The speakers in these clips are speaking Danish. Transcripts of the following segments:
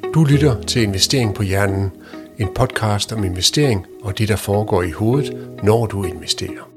Du lytter til Investering på Hjernen, en podcast om investering og det, der foregår i hovedet, når du investerer.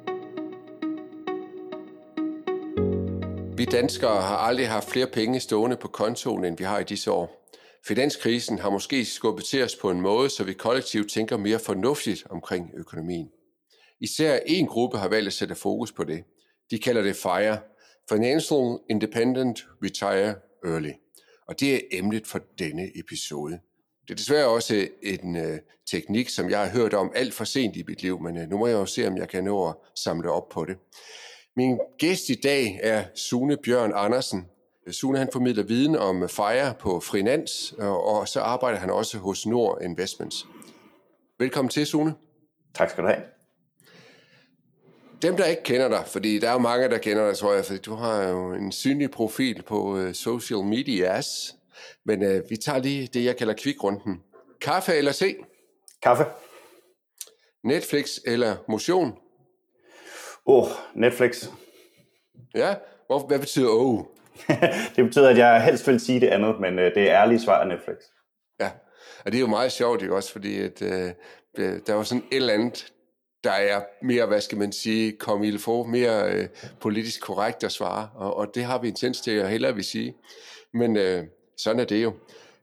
Vi danskere har aldrig haft flere penge stående på kontoen, end vi har i disse år. Finanskrisen har måske skubbet til os på en måde, så vi kollektivt tænker mere fornuftigt omkring økonomien. Især en gruppe har valgt at sætte fokus på det. De kalder det FIRE, Financial Independent Retire Early. Og det er emnet for denne episode. Det er desværre også en teknik, som jeg har hørt om alt for sent i mit liv, men nu må jeg jo se, om jeg kan nå at samle op på det. Min gæst i dag er Sune Bjørn Andersen. Sune han formidler viden om FIRE på Finans, og så arbejder han også hos Nord Investments. Velkommen til, Sune. Tak skal du have. Dem, der ikke kender dig, fordi der er jo mange, der kender dig, tror jeg, fordi du har jo en synlig profil på social medias, men vi tager lige det, jeg kalder kvikrunden. Kaffe eller te? Kaffe. Netflix eller motion? Netflix. Ja, hvad betyder Det betyder, at jeg helst vil sige det andet, men det er ærligt svar af Netflix. Ja, og det er jo meget sjovt, ikke også, fordi at, der er jo sådan et eller andet, der er mere, hvad skal man sige, comme il faut, mere politisk korrekt at svare, og det har vi en tendens til at hellere vil sige. Men sådan er det jo.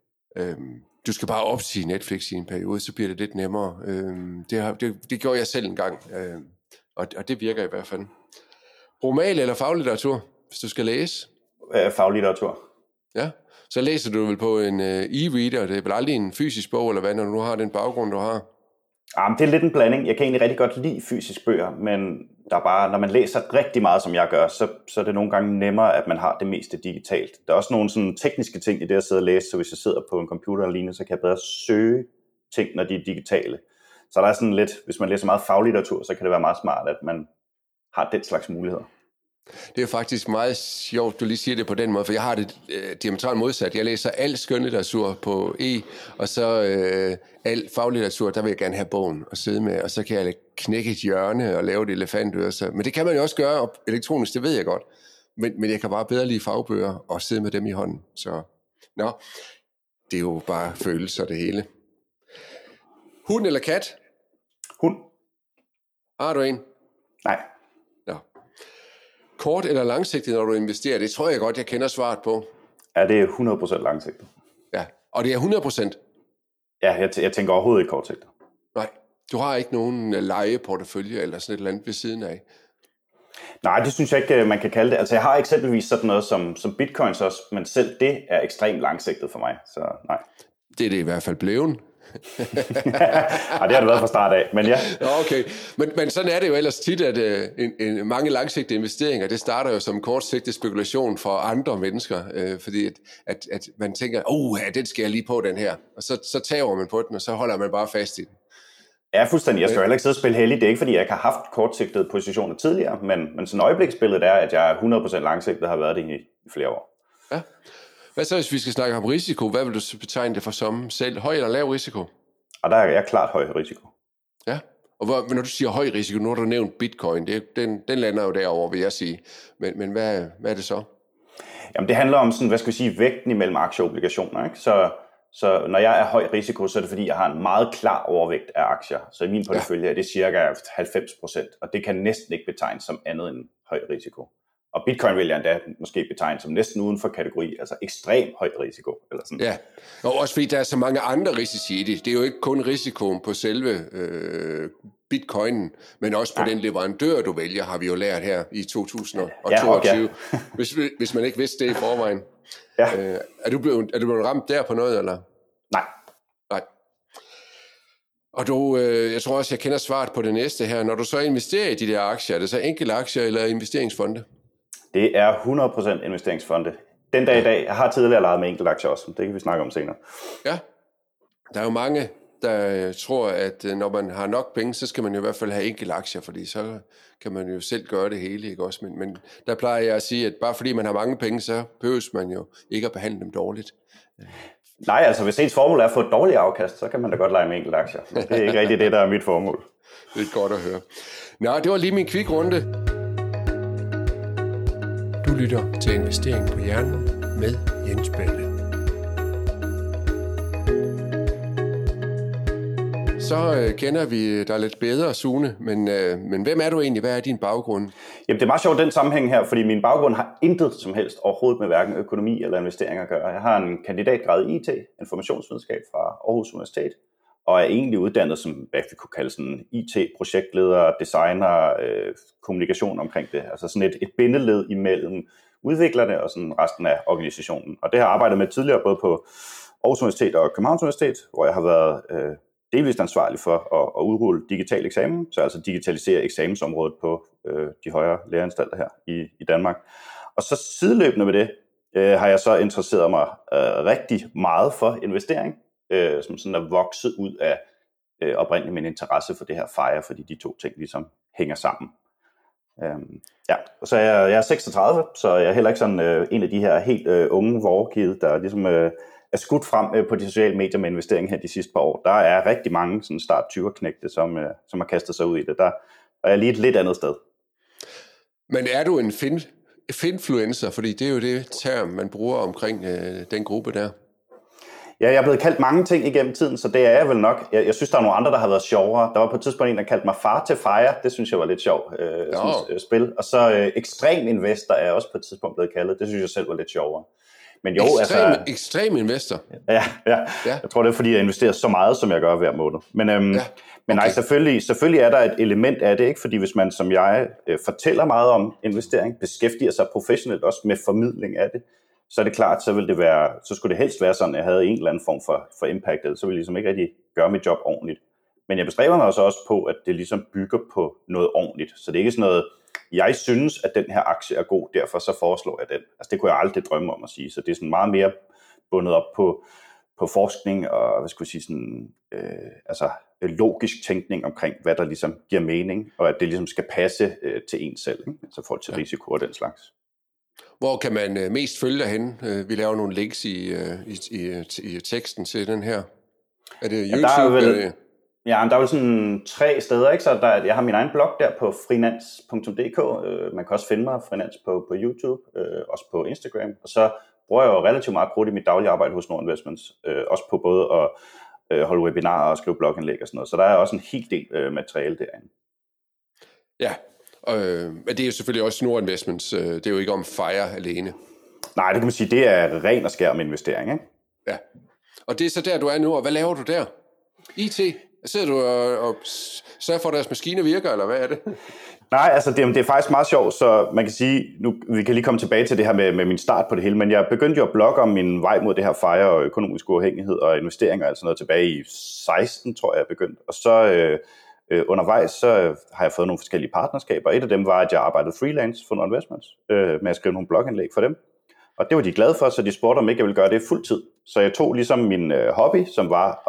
Du skal bare opsige Netflix i en periode, så bliver det lidt nemmere. Det gjorde jeg selv en gang, og det virker i hvert fald. Roman eller faglitteratur, hvis du skal læse? Faglitteratur. Ja, så læser du vel på en e-reader, det er vel aldrig en fysisk bog, eller hvad, når du nu har den baggrund, du har? Men det er lidt en blanding. Jeg kan egentlig rigtig godt lide fysisk bøger, men der er bare, når man læser rigtig meget, som jeg gør, så er det nogle gange nemmere, at man har det meste digitalt. Der er også nogle sådan tekniske ting i det at sidde og læse, så hvis jeg sidder på en computer eller lignende, så kan jeg bedre søge ting, når de er digitale. Så der er sådan lidt, hvis man læser meget faglitteratur, så kan det være meget smart, at man har den slags muligheder. Det er faktisk meget sjovt, du lige siger det på den måde, for jeg har det diametralt modsat. Jeg læser al skønlitteratur på og så al faglitteratur, der vil jeg gerne have bogen og sidde med, og så kan jeg knække et hjørne og lave et elefantøre. Men det kan man jo også gøre elektronisk, det ved jeg godt. Men jeg kan bare bedre lide fagbøger og sidde med dem i hånden. Så det er jo bare følelser det hele. Hund eller kat? Hund. Har du en? Nej. Kort eller langsigtet, når du investerer? Det tror jeg godt, jeg kender svaret på. Ja, det er 100% langsigtet. Ja, og det er 100%? Ja, jeg tænker overhovedet ikke kortsigtet. Nej, du har ikke nogen lejeportefølje eller sådan et eller andet ved siden af? Nej, det synes jeg ikke, man kan kalde det. Altså, jeg har eksempelvis sådan noget som bitcoins også, men selv det er ekstremt langsigtet for mig, så nej. Det er det i hvert fald blevet. Ja, det har det været fra start af, men ja. Okay, men sådan er det jo ellers tit, at mange langsigtede investeringer, det starter jo som kortsigtet spekulation for andre mennesker, fordi at man tænker, den skal jeg lige på den her, og så tager man på den, og så holder man bare fast i den. Ja, fuldstændig. Jeg skal jo heller ikke sidde og spille heldig. Det er ikke, fordi jeg ikke har haft kortsigtede positioner tidligere, men sådan øjebliksbilledet er, at jeg er 100% langsigtet har været det i flere år. Ja. Hvad så, hvis vi skal snakke om risiko? Hvad vil du betegne det for som selv? Høj eller lav risiko? Og der er jeg klart høj risiko. Ja, og når du siger høj risiko, nu har du nævnt bitcoin, den lander jo derovre, vil jeg sige. Men hvad er det så? Jamen det handler om sådan, vægten imellem aktier og obligationer, ikke? Så når jeg er høj risiko, så er det fordi, jeg har en meget klar overvægt af aktier. Så i min portefølje er det cirka 90%, og det kan næsten ikke betegnes som andet end høj risiko. Og bitcoin vil jeg endda måske betegne som næsten uden for kategori, altså ekstrem høj risiko. Eller sådan. Ja, og også fordi der er så mange andre risici i det. Det er jo ikke kun risikoen på selve bitcoinen, men også på den leverandør, du vælger, har vi jo lært her i 2022. Hvis man ikke vidste det i forvejen. Ja. Er du blevet ramt der på noget, eller? Nej. Og jeg tror også, jeg kender svaret på det næste her. Når du så investerer i de der aktier, er det så enkelte aktier eller investeringsfonde? Det er 100% investeringsfonde. Den dag i dag, jeg har tidligere leget med enkelte aktier også, det kan vi snakke om senere. Ja, der er jo mange, der tror, at når man har nok penge, så skal man jo i hvert fald have enkelte aktier, fordi så kan man jo selv gøre det hele, ikke også? Men der plejer jeg at sige, at bare fordi man har mange penge, så behøves man jo ikke at behandle dem dårligt. Nej, altså hvis ens formål er at få et dårligt afkast, så kan man da godt lege med enkelte aktier. Det er ikke rigtig det, der er mit formål. Det er godt at høre. Nå, det var lige min kvikrunde. Du lytter til Investering på Hjernen med Jens Balle. så kender vi dig lidt bedre, Sune, men hvem er du egentlig? Hvad er din baggrund? Jamen, det er meget sjovt den sammenhæng her, fordi min baggrund har intet som helst overhovedet med hverken økonomi eller investeringer at gøre. Jeg har en kandidatgrad i IT, informationsvidenskab fra Aarhus Universitet, og er egentlig uddannet som, hvad vi kunne kalde sådan IT-projektleder, designer, kommunikation omkring det. Altså sådan et bindeled imellem udviklerne og sådan resten af organisationen. Og det har jeg arbejdet med tidligere, både på Aarhus Universitet og Københavns Universitet, hvor jeg har været delvist ansvarlig for at udrulle digital eksamen, så altså digitalisere eksamensområdet på de højere læreanstalter her i Danmark. Og så sideløbende med det har jeg så interesseret mig rigtig meget for investering, som sådan er vokset ud af oprindeligt min interesse for det her FIRE, fordi de to ting ligesom hænger sammen. Ja, og så jeg er 36, så jeg er heller ikke sådan en af de her helt unge vorkide, der ligesom er skudt frem på de sociale medier med investering her de sidste par år. Der er rigtig mange sådan start 20'er-knægte, som har kastet sig ud i det. Der er jeg lige et lidt andet sted. Men er du en finfluencer? Fordi det er jo det term, man bruger omkring den gruppe der. Ja, jeg er blevet kaldt mange ting igennem tiden, så det er jeg vel nok. Jeg synes, der er nogle andre, der har været sjovere. Der var på et tidspunkt en, der kaldte mig far til FIRE. Det synes jeg var lidt sjovt spil. Og så ekstrem investor er også på et tidspunkt blevet kaldet. Det synes jeg selv var lidt sjovere. Men jo, ekstrem investor? Ja. Jeg tror, det er, fordi jeg investerer så meget, som jeg gør hver måned. Men nej, selvfølgelig er der et element af det, ikke? Fordi hvis man, som jeg, fortæller meget om investering, beskæftiger sig professionelt også med formidling af det, så er det klart, så skulle det helst være sådan, at jeg havde en eller anden form for impact, så ville jeg ligesom ikke rigtig gøre mit job ordentligt. Men jeg bestræber mig også på, at det ligesom bygger på noget ordentligt. Så det er ikke sådan noget, jeg synes, at den her aktie er god, derfor så foreslår jeg den. Altså det kunne jeg aldrig drømme om at sige. Så det er sådan meget mere bundet op på forskning og hvad skal jeg sige, sådan, logisk tænkning omkring, hvad der ligesom giver mening, og at det ligesom skal passe til en selv, ikke? Altså forhold til risiko og den slags. Hvor kan man mest følge dig henne? Vi laver nogle links i teksten til den her. Er det YouTube? Ja, der er vel sådan 3 steder, ikke? Så jeg har min egen blog der på frinans.dk. Man kan også finde mig Frinans på YouTube, også på Instagram. Og så bruger jeg jo relativt meget krudt i mit daglige arbejde hos Nord Investments, også på både at holde webinarer og skrive blogindlæg og sådan noget. Så der er også en hel del materiale derinde. Ja, men det er jo selvfølgelig også Nord Investments. Det er jo ikke om FIRE alene. Nej, det kan man sige, det er ren og skær med investering, ikke? Ja, og det er så der, du er nu, og hvad laver du der? IT? Sidder du og sørger for, at deres maskine virker, eller hvad er det? Nej, altså det er faktisk meget sjovt, så man kan sige, nu vi kan lige komme tilbage til det her med min start på det hele, men jeg begyndte jo at blogge om min vej mod det her FIRE og økonomisk uafhængighed og investeringer og sådan noget tilbage i 16, tror jeg begyndte, og så undervejs så har jeg fået nogle forskellige partnerskaber. Et af dem var, at jeg arbejdede freelance for Nord Investments med at skrive nogle blogindlæg for dem, og det var de glade for, så de spurgte om ikke jeg ville gøre det fuldtid. Så jeg tog ligesom min hobby, som var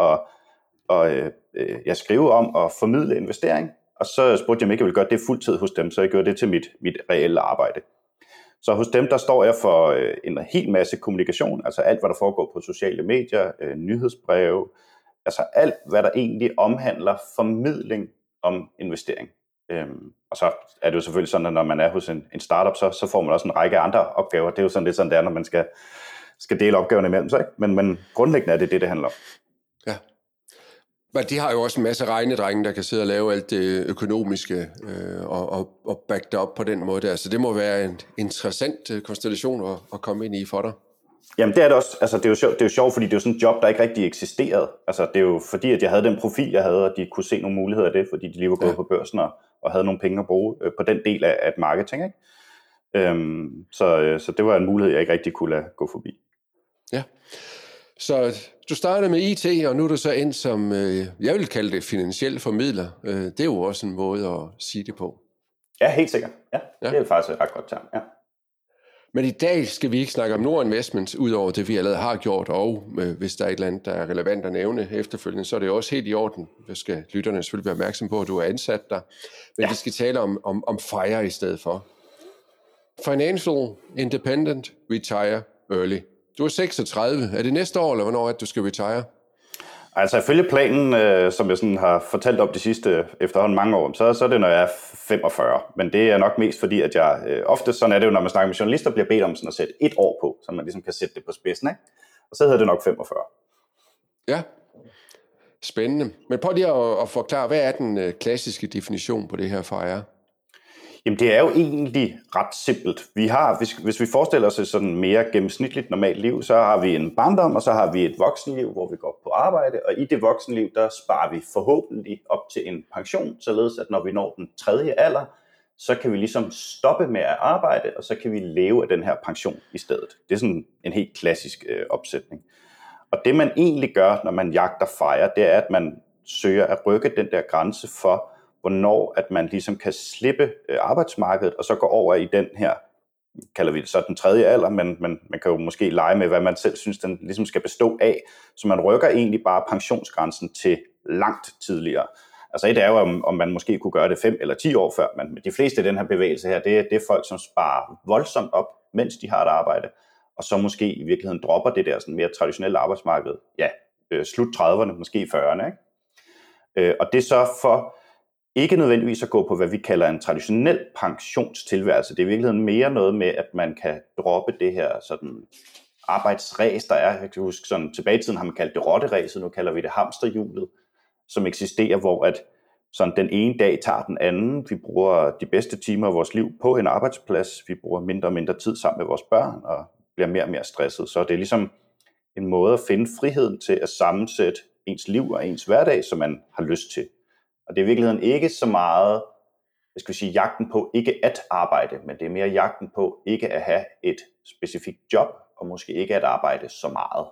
jeg skrive om at formidle investering, og så spurgte jeg, om ikke jeg ville gøre det fuldtid hos dem, så jeg gjorde det til mit reelle arbejde. Så hos dem, der står jeg for en hel masse kommunikation, altså alt, hvad der foregår på sociale medier, nyhedsbreve, altså alt, hvad der egentlig omhandler formidling om investering. Og så er det jo selvfølgelig sådan, at når man er hos en startup, så får man også en række andre opgaver. Det er jo sådan lidt sådan, det er, når man skal dele opgaverne imellem sig, ikke? Men grundlæggende er det handler om. Ja. Men de har jo også en masse regnedrenge, der kan sidde og lave alt det økonomiske og back det op på den måde der. Så det må være en interessant konstellation at komme ind i for dig. Jamen det er det også. Altså det er jo sjovt, fordi det er jo sådan et job, der ikke rigtig eksisterede. Altså det er jo fordi, at jeg havde den profil, jeg havde, og de kunne se nogle muligheder af det, fordi de lige var gået på børsen og havde nogle penge at bruge på den del af marketing, ikke? Så det var en mulighed, jeg ikke rigtig kunne lade gå forbi. Ja. Så du startede med IT, og nu er du så ind som, jeg vil kalde det finansiel formidler. Det er jo også en måde at sige det på. Ja, helt sikkert. Ja. Det er faktisk et ret godt term, ja. Men i dag skal vi ikke snakke om Nord Investments, udover det, vi allerede har gjort, og hvis der er et eller andet, der er relevant at nævne efterfølgende, så er det også helt i orden. Det skal lytterne selvfølgelig være opmærksom på, at du er ansat der. Men vi skal tale om FIRE i stedet for. Financial Independent Retire Early. Du er 36. Er det næste år, eller hvornår er det, du skal retire? Altså ifølge planen, som jeg sådan har fortalt om de sidste efterhånden mange år, så er det, når jeg er 45. Men det er nok mest fordi, at jeg ofte, sådan er det jo, når man snakker med journalister, bliver bedt om sådan at sætte 1 år på, så man ligesom kan sætte det på spidsen, ikke? Og så hedder det nok 45. Ja. Spændende. Men prøv lige at forklare, hvad er den klassiske definition på det her FIRE? Jamen det er jo egentlig ret simpelt. Vi har, hvis vi forestiller os et sådan mere gennemsnitligt normalt liv, så har vi en barndom, og så har vi et voksenliv, hvor vi går på arbejde, og i det voksenliv, der sparer vi forhåbentlig op til en pension, således at når vi når den tredje alder, så kan vi ligesom stoppe med at arbejde, og så kan vi leve af den her pension i stedet. Det er sådan en helt klassisk opsætning. Og det man egentlig gør, når man jagter FIRE, det er, at man søger at rykke den der grænse for, hvornår at man ligesom kan slippe arbejdsmarkedet, og så gå over i den her, kalder vi det så den tredje alder, men man kan jo måske lege med, hvad man selv synes, den ligesom skal bestå af. Så man rykker egentlig bare pensionsgrænsen til langt tidligere. Altså et er jo, om man måske kunne gøre det 5 eller 10 år før, men de fleste af den her bevægelse her, det er folk, som sparer voldsomt op, mens de har et arbejde, og så måske i virkeligheden dropper det der sådan mere traditionelle arbejdsmarked, slut 30'erne, måske 40'erne, ikke? Og det er så for ikke nødvendigvis at gå på, hvad vi kalder en traditionel pensionstilværelse. Det er i virkeligheden mere noget med, at man kan droppe det her sådan arbejdsræs, der er. Jeg kan huske, sådan, tilbage i tiden har man kaldt det rotteræset, nu kalder vi det hamsterhjulet, som eksisterer, hvor at sådan den ene dag tager den anden. Vi bruger de bedste timer af vores liv på en arbejdsplads. Vi bruger mindre og mindre tid sammen med vores børn og bliver mere og mere stresset. Så det er ligesom en måde at finde friheden til at sammensætte ens liv og ens hverdag, som man har lyst til. Og det er i virkeligheden ikke så meget, jeg skal sige, jagten på ikke at arbejde, men det er mere jagten på ikke at have et specifikt job, og måske ikke at arbejde så meget.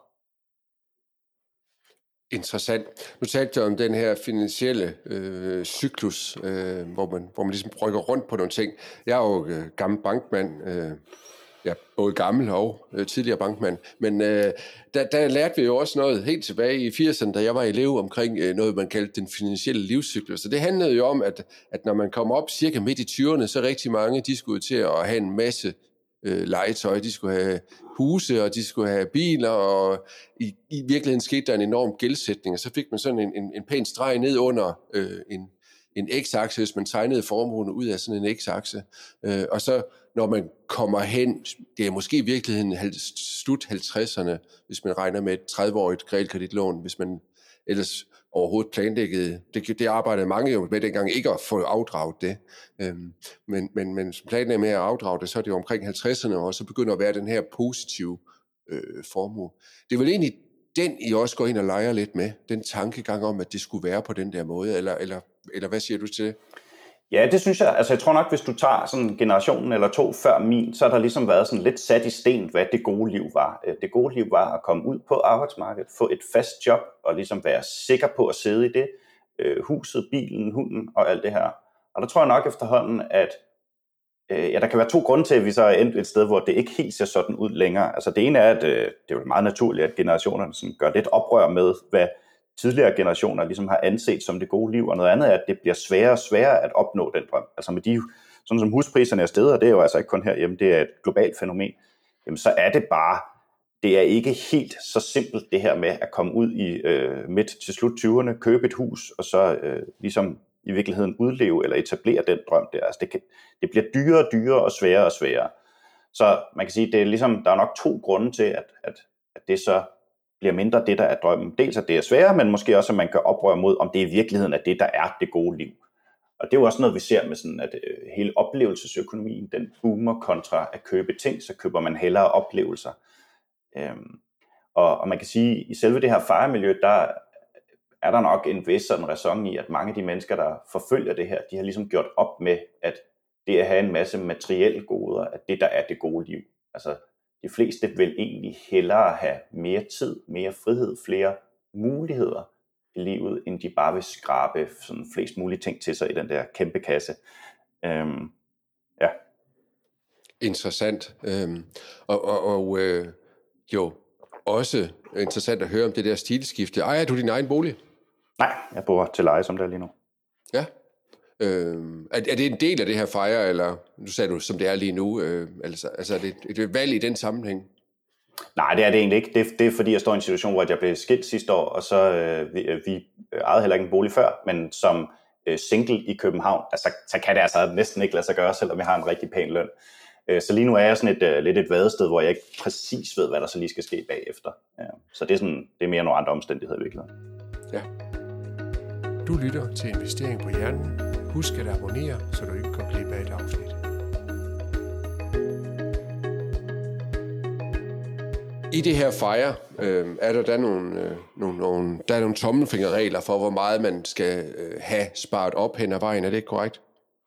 Interessant. Nu talte jeg om den her finansielle cyklus, hvor man ligesom rykker rundt på nogle ting. Jeg er jo gammel bankmand, både gammel og tidligere bankmand, men der lærte vi jo også noget helt tilbage i 80'erne, da jeg var elev, omkring noget, man kaldte den finansielle livscyklus. Så det handlede jo om, at når man kom op cirka midt i 20'erne, så rigtig mange, de skulle til at have en masse legetøj, de skulle have huse, og de skulle have biler, og i virkeligheden skete der en enorm gældsætning, og så fik man sådan en pæn streg ned under en x-akse, hvis man tegnede formuen ud af sådan en x-akse, og så når man kommer hen, det er måske i virkeligheden slut 50'erne, hvis man regner med et 30-årigt realkreditlån, hvis man ellers overhovedet planlæggede. Det arbejdede mange jo med dengang ikke at få afdraget det. Men planen er med at afdrage det, så er det jo omkring 50'erne, og så begynder at være den her positive formue. Det er vel egentlig den, I også går ind og leger lidt med, den tankegang om, at det skulle være på den der måde, eller hvad siger du til det? Ja, det synes jeg. Altså jeg tror nok, hvis du tager sådan en generation eller to før min, så har der ligesom været sådan lidt sat i sten, hvad det gode liv var. Det gode liv var at komme ud på arbejdsmarkedet, få et fast job og ligesom være sikker på at sidde i det. Huset, bilen, hunden og alt det her. Og der tror jeg nok efterhånden, at der kan være 2 grunde til, at vi så er endt et sted, hvor det ikke helt ser sådan ud længere. Altså det ene er, at det er jo meget naturligt, at generationerne sådan gør lidt oprør med, hvad tidligere generationer ligesom har anset som det gode liv, og noget andet er, at det bliver sværere og sværere at opnå den drøm. Altså med de, sådan som huspriserne er steget, og det er jo altså ikke kun herhjemme, det er et globalt fænomen, jamen så er det bare, det er ikke helt så simpelt det her med at komme ud i midt til slut 20'erne, købe et hus, og så ligesom i virkeligheden udleve eller etablere den drøm der. Altså det bliver dyrere og dyrere og sværere og sværere. Så man kan sige, det er ligesom, der er nok 2 grunde til, at det så bliver mindre det, der er drømmen. Dels at det er sværere, men måske også, at man kan oprøre mod, om det i virkeligheden er det, der er det gode liv. Og det er jo også noget, vi ser med sådan, at hele oplevelsesøkonomien, den boomer kontra at købe ting, så køber man hellere oplevelser. Og man kan sige, i selve det her FIRE-miljø, der er der nok en vis sådan ræson i, at mange af de mennesker, der forfølger det her, de har ligesom gjort op med, at det at have en masse materielle goder, at det, der er det gode liv. Altså, de fleste vil egentlig hellere have mere tid, mere frihed, flere muligheder i livet, end de bare vil skrabe sådan flest mulige ting til sig i den der kæmpe kasse. Ja. Interessant. Jo, også interessant at høre om det der stilskifte. Ejer du din egen bolig? Nej, jeg bor til leje som det er lige nu. Ja. Er det en del af det her FIRE, eller nu sagde du, som det er lige nu, altså er det et valg i den sammenhæng? Nej, det er det egentlig ikke. Det er fordi, jeg står i en situation, hvor jeg blev skilt sidste år, og så vi ejede heller ikke en bolig før, men som single i København, altså, så kan det altså næsten ikke lade sig gøre, selvom jeg har en rigtig pæn løn. Så lige nu er jeg sådan lidt et vadested, hvor jeg ikke præcis ved, hvad der så lige skal ske bagefter. Så det er mere nogle andre omstændigheder i virkeligheden. Ja. Du lytter til Investering på Hjernen. Husk at abonnere, så du ikke går glip af et afsnit. I det her FIRE er der nogle tommelfingerregler for, hvor meget man skal have sparet op hen ad vejen. Er det ikke korrekt?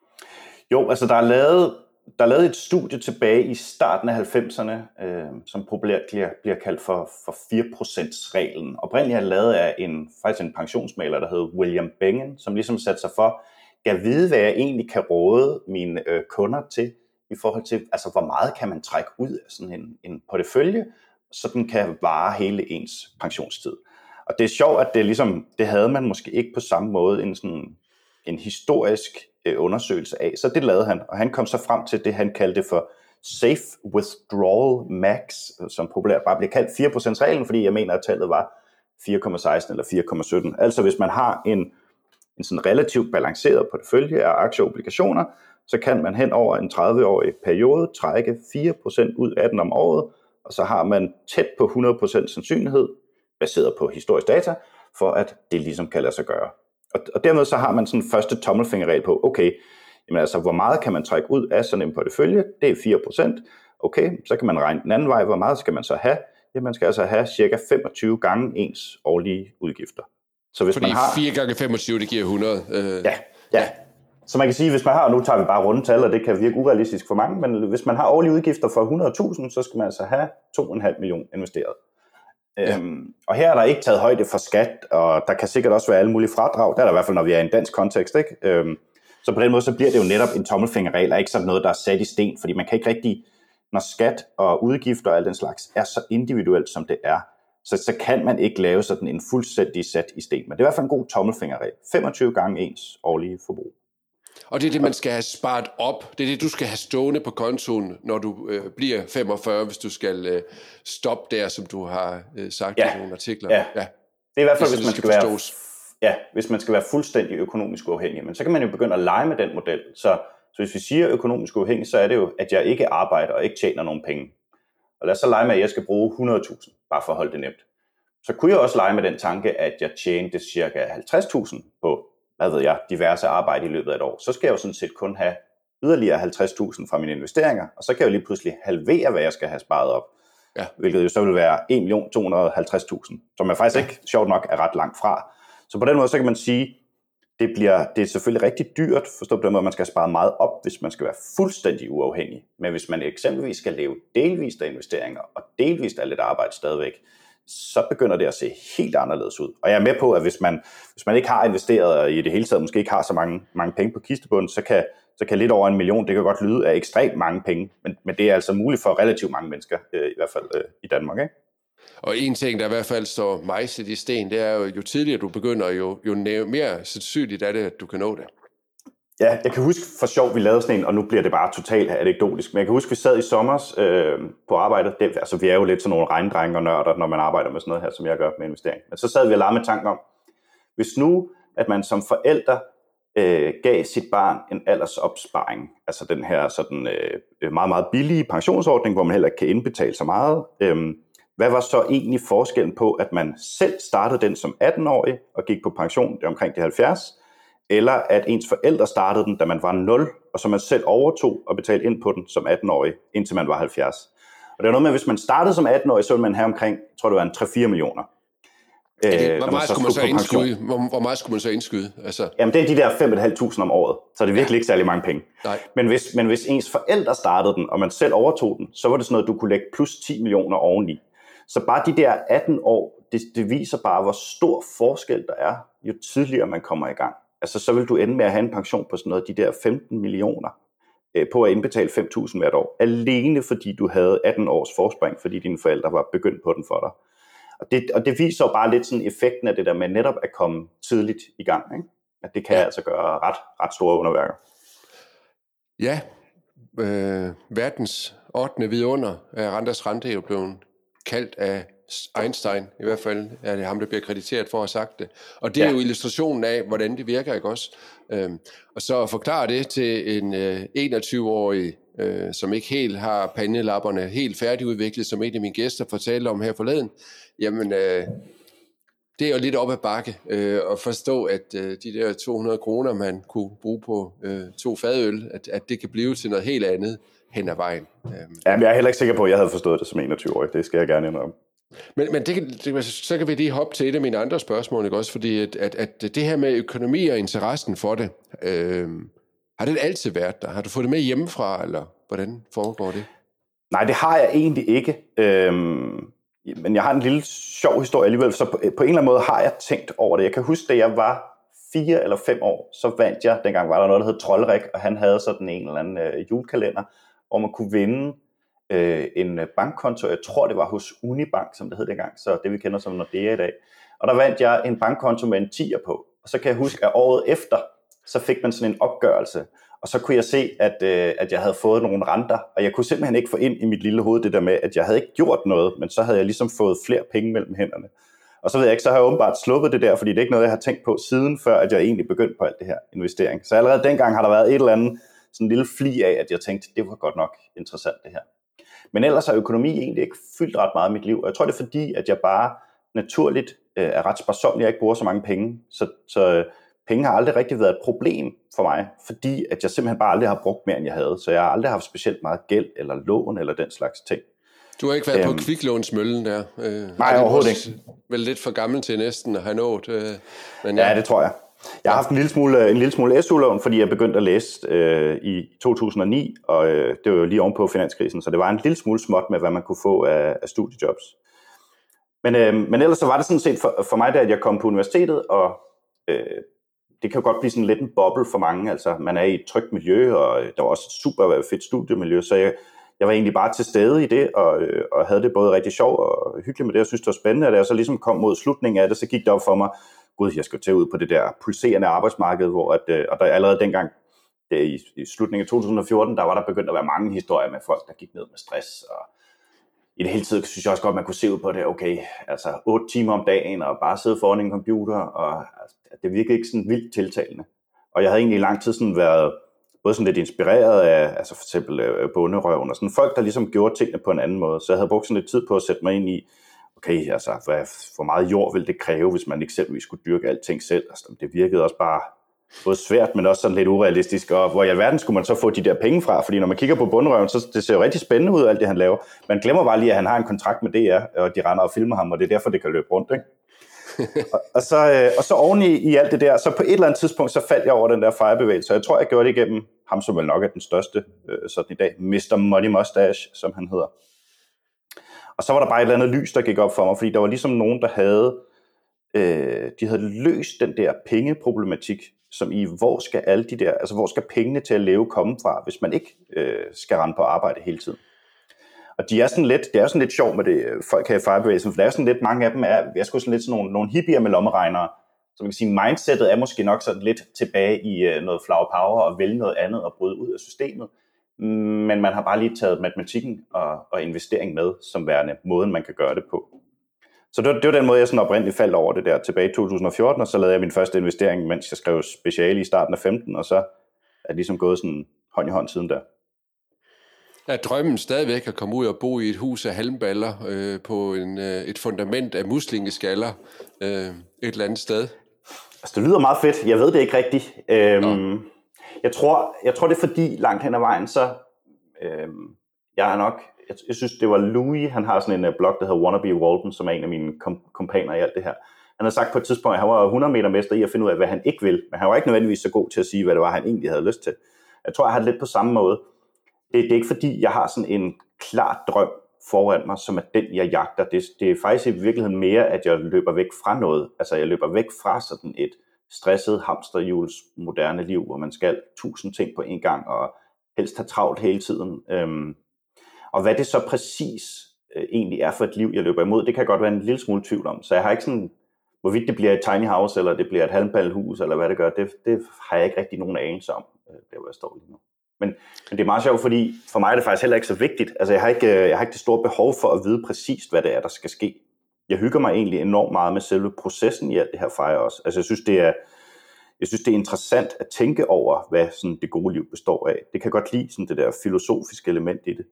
Jo, altså der er lavet et studie tilbage i starten af 90'erne, som populært bliver kaldt for 4%-reglen. Oprindeligt er det lavet af faktisk en pensionsmægler, der hedder William Bengen, som ligesom satte sig for, at vide, hvad jeg egentlig kan råde mine kunder til, i forhold til, altså hvor meget kan man trække ud af sådan en portefølje, så den kan vare hele ens pensionstid. Og det er sjovt, at det havde man måske ikke på samme måde en historisk undersøgelse af. Så det lavede han, og han kom så frem til det, han kaldte for Safe Withdrawal Max, som populært bare bliver kaldt 4%-reglen, fordi jeg mener, at tallet var 4,16 eller 4,17. Altså hvis man har en sådan relativt balanceret portefølje af aktier og obligationer, så kan man hen over en 30-årig periode trække 4% ud af den om året, og så har man tæt på 100% sandsynlighed, baseret på historisk data, for at det ligesom kan lade sig gøre. Og dermed så har man sådan en første tommelfingerregel på, okay, jamen altså, hvor meget kan man trække ud af sådan en portefølje? Det er 4%. Okay, så kan man regne den anden vej, hvor meget skal man så have? Jamen, man skal altså have cirka 25 gange ens årlige udgifter. Så hvis fordi man har 4 gange 25, det giver 100. Ja. Så man kan sige, hvis man har, og nu tager vi bare rundetal, og det kan virke urealistisk for mange, men hvis man har årlige udgifter for 100.000, så skal man altså have 2,5 millioner investeret. Ja. Og her er der ikke taget højde for skat, og der kan sikkert også være alle mulige fradrag. Der er der i hvert fald, når vi er i en dansk kontekst, ikke? Så på den måde, så bliver det jo netop en tommelfingerregel, og ikke sådan noget, der er sat i sten, fordi man kan ikke rigtig, når skat og udgifter og alt den slags er så individuelt, som det er, så kan man ikke lave sådan en fuldstændig sat i sten. Men det er i hvert fald en god tommelfingerregel. 25 gange ens årlige forbrug. Og det er det, man skal have sparet op. Det er det, du skal have stående på kontoen, når du bliver 45, hvis du skal stoppe der, som du har sagt i nogle artikler. Ja. Det er i hvert fald, hvis man skal være fuldstændig økonomisk uafhængig. Men så kan man jo begynde at lege med den model. Så hvis vi siger økonomisk uafhængig, så er det jo, at jeg ikke arbejder og ikke tjener nogen penge. Og lad os så lege med, at jeg skal bruge 100.000, bare for at holde det nemt. Så kunne jeg også lege med den tanke, at jeg tjente cirka 50.000 på diverse arbejde i løbet af et år, så skal jeg jo sådan set kun have yderligere 50.000 fra mine investeringer, og så kan jeg jo lige pludselig halvere, hvad jeg skal have sparet op. Ja. Hvilket jo så vil være 1.250.000, som jeg faktisk ikke, sjovt nok, er ret langt fra. Så på den måde, så kan man sige, det er selvfølgelig rigtig dyrt, forstå på den måde, at man skal spare meget op, hvis man skal være fuldstændig uafhængig. Men hvis man eksempelvis skal leve delvist af investeringer, og delvist af lidt arbejde stadigvæk, så begynder det at se helt anderledes ud. Og jeg er med på, at hvis man ikke har investeret, og i det hele taget måske ikke har så mange penge på kistebunden, så kan lidt over 1 million, det kan godt lyde af ekstremt mange penge, men det er altså muligt for relativt mange mennesker, i hvert fald i Danmark, ikke? Og en ting, der i hvert fald står mejslet i sten, det er jo tidligere du begynder, jo mere sandsynligt er det, at du kan nå det. Ja, jeg kan huske for sjov, vi lavede sådan en, og nu bliver det bare totalt anekdotisk, men jeg kan huske, vi sad i sommers på arbejdet. Altså, vi er jo lidt sådan nogle regndrenge og nørder, når man arbejder med sådan noget her, som jeg gør med investering. Men så sad vi og legede med tanken om, hvis nu, at man som forælder gav sit barn en aldersopsparing, altså den her sådan meget, meget billige pensionsordning, hvor man heller ikke kan indbetale så meget. Hvad var så egentlig forskellen på, at man selv startede den som 18-årig og gik på pension, det er omkring de 70, eller at ens forældre startede den, da man var 0, og så man selv overtog og betalte ind på den som 18-årig, indtil man var 70. Og det er noget med, at hvis man startede som 18-årig, så ville man have omkring, jeg tror det var 3-4 millioner. Hvor meget skulle man så indskyde? Altså... Jamen det er de der 5.500 om året, så det er virkelig ikke særlig mange penge. Nej. Men hvis ens forældre startede den, og man selv overtog den, så var det sådan noget, du kunne lægge plus 10 millioner oveni. Så bare de der 18 år, det viser bare, hvor stor forskel der er, jo tidligere man kommer i gang. Altså så vil du ende med at have en pension på sådan noget, de der 15 millioner på at indbetale 5.000 hvert år, alene fordi du havde 18 års forspring, fordi dine forældre var begyndt på den for dig. Og det viser jo bare lidt sådan effekten af det der med netop at komme tidligt i gang, ikke? At det kan altså gøre ret store underværker. Ja, verdens 8. vidunder af renters rente er jo blevet kaldt af Einstein, i hvert fald er det ham, der bliver krediteret for at have sagt det. Og det er jo illustrationen af, hvordan det virker, ikke også? Og så forklare det til en 21-årig, som ikke helt har pandelapperne helt færdigudviklet, som en af mine gæster fortalte om her forleden, jamen, det det er jo lidt op ad bakke at forstå, at de der 200 kroner, man kunne bruge på 2 fadøl, at det kan blive til noget helt andet hen ad vejen. Jamen, jeg er heller ikke sikker på, at jeg havde forstået det som 21-årig. Det skal jeg gerne indrømme. Men så kan vi lige hoppe til et af mine andre spørgsmål, ikke også? Fordi at det her med økonomi og interessen for det, har det altid været der? Har du fået det med hjemmefra, eller hvordan foregår det? Nej, det har jeg egentlig ikke. Men jeg har en lille sjov historie alligevel, så på en eller anden måde har jeg tænkt over det. Jeg kan huske, da jeg var 4 eller 5 år, så vandt jeg, dengang var der noget, der hed Troldrik, og han havde sådan en eller anden julekalender, hvor man kunne vinde en bankkonto. Jeg tror, det var hos Unibank, som det hed dengang, så det vi kender som Nordea i dag. Og der vandt jeg en bankkonto med en 10'er på. Og så kan jeg huske, at året efter, så fik man sådan en opgørelse, og så kunne jeg se, at jeg havde fået nogle renter, og jeg kunne simpelthen ikke få ind i mit lille hoved det der med, at jeg havde ikke gjort noget, men så havde jeg ligesom fået flere penge mellem hænderne. Og så ved jeg ikke, så har jeg åbenbart sluppet det der, fordi det er ikke noget, jeg har tænkt på siden, før at jeg egentlig begyndte på alt det her investering. Så allerede dengang har der været et eller andet, sådan en lille fli af, at jeg tænkte, det var godt nok interessant det her. Men ellers har økonomi egentlig ikke fyldt ret meget i mit liv, og jeg tror det er fordi, at jeg bare naturligt er ret sparsom, jeg ikke bruger så mange penge, så penge har aldrig rigtig været et problem for mig, fordi at jeg simpelthen bare aldrig har brugt mere, end jeg havde. Så jeg har aldrig haft specielt meget gæld eller lån eller den slags ting. Du har ikke været på kviklånsmøllen der? Nej, overhovedet ikke. Vel lidt for gammel til næsten at have nået. Men ja, det tror jeg. Jeg har haft en lille smule SU-lån, fordi jeg begyndte at læse i 2009, og det var jo lige ovenpå finanskrisen, så det var en lille smule småt med, hvad man kunne få af studiejobs. Men ellers så var det sådan set for mig, da jeg kom på universitetet, og det kan jo godt blive sådan lidt en boble for mange. Altså, man er i et trygt miljø, og der var også et super fedt studiemiljø, så jeg var egentlig bare til stede i det, og havde det både rigtig sjovt og hyggeligt med det, og synes det var spændende, og da jeg så ligesom kom mod slutningen af det, så gik det op for mig, gud, jeg skal tage ud på det der pulserende arbejdsmarked, og der allerede dengang, i slutningen af 2014, der var der begyndt at være mange historier med folk, der gik ned med stress, og i det hele tiden synes jeg også godt, man kunne se ud på det, okay, altså 8 timer om dagen, og bare sidde foran en computer, og altså, det virkede ikke sådan vildt tiltalende. Og jeg havde egentlig i lang tid sådan været både sådan lidt inspireret af, altså for eksempel bonderøven, og sådan folk, der ligesom gjorde tingene på en anden måde. Så jeg havde brugt sådan lidt tid på at sætte mig ind i, okay, altså hvor meget jord ville det kræve, hvis man eksempelvis skulle dyrke alting selv. Altså, det virkede også bare både svært, men også sådan lidt urealistisk, og hvor i alverden skulle man så få de der penge fra, fordi når man kigger på bonderøven, så det ser jo rigtig spændende ud, alt det han laver. Man glemmer bare lige, at han har en kontrakt med DR, og de render og filmer ham, og det er derfor, det kan løbe rundt, ikke? og så oven i alt det der, så på et eller andet tidspunkt, så faldt jeg over den der FIRE-bevægelse, og jeg tror, jeg gjorde det igennem ham, som vel nok er den største sådan i dag, Mr. Money Mustache, som han hedder. Og så var der bare et eller andet lys, der gik op for mig, fordi der var ligesom nogen, der havde løst den der pengeproblematik, som i, hvor skal pengene til at leve komme fra, hvis man ikke skal rende på arbejde hele tiden. Og det er sådan lidt sjovt med det, folk her i FIRE-bevægelsen, for der er sådan lidt, mange af dem er sgu sådan lidt sådan nogle hippier med lommeregnere, så man kan sige, mindsetet er måske nok sådan lidt tilbage i noget flower power, og vælge noget andet og bryde ud af systemet, men man har bare lige taget matematikken og investering med, som værende måden, man kan gøre det på. Så det var den måde, jeg sådan oprindeligt faldt over det der tilbage i 2014, og så lavede jeg min første investering, mens jeg skrev speciale i starten af 15, og så er det ligesom gået sådan hånd i hånd siden der. Er drømmen stadigvæk at komme ud og bo i et hus af halmballer på et fundament af muslingeskaller et eller andet sted? Altså, det lyder meget fedt. Jeg ved det ikke rigtigt. Jeg tror, det er fordi langt hen ad vejen, så jeg synes, det var Louis, han har sådan en blog, der hedder Wannabe Walden, som er en af mine kompaner i alt det her. Han har sagt på et tidspunkt, at han var 100 meter mester i at finde ud af, hvad han ikke vil, men han var ikke nødvendigvis så god til at sige, hvad det var, han egentlig havde lyst til. Jeg tror, jeg har det lidt på samme måde. Det er ikke fordi, jeg har sådan en klar drøm foran mig, som er den, jeg jagter. Det er faktisk i virkeligheden mere, at jeg løber væk fra noget. Altså, jeg løber væk fra sådan et stresset hamsterhjuls moderne liv, hvor man skal 1000 ting på en gang, og helst have travlt hele tiden. Og hvad det så præcis egentlig er for et liv, jeg løber imod, det kan godt være en lille smule tvivl om. Så jeg har ikke sådan, hvorvidt det bliver et tiny house, eller det bliver et halmballehus, eller hvad det gør, det har jeg ikke rigtig nogen anelse om, der hvor jeg står lige nu. Men det er meget sjovt, fordi for mig er det faktisk heller ikke så vigtigt. Altså jeg har ikke det store behov for at vide præcist, hvad det er, der skal ske. Jeg hygger mig egentlig enormt meget med selve processen i alt det her FIRE også. Altså jeg synes, det er interessant at tænke over, hvad sådan det gode liv består af. Det kan godt lide sådan det der filosofiske element i det.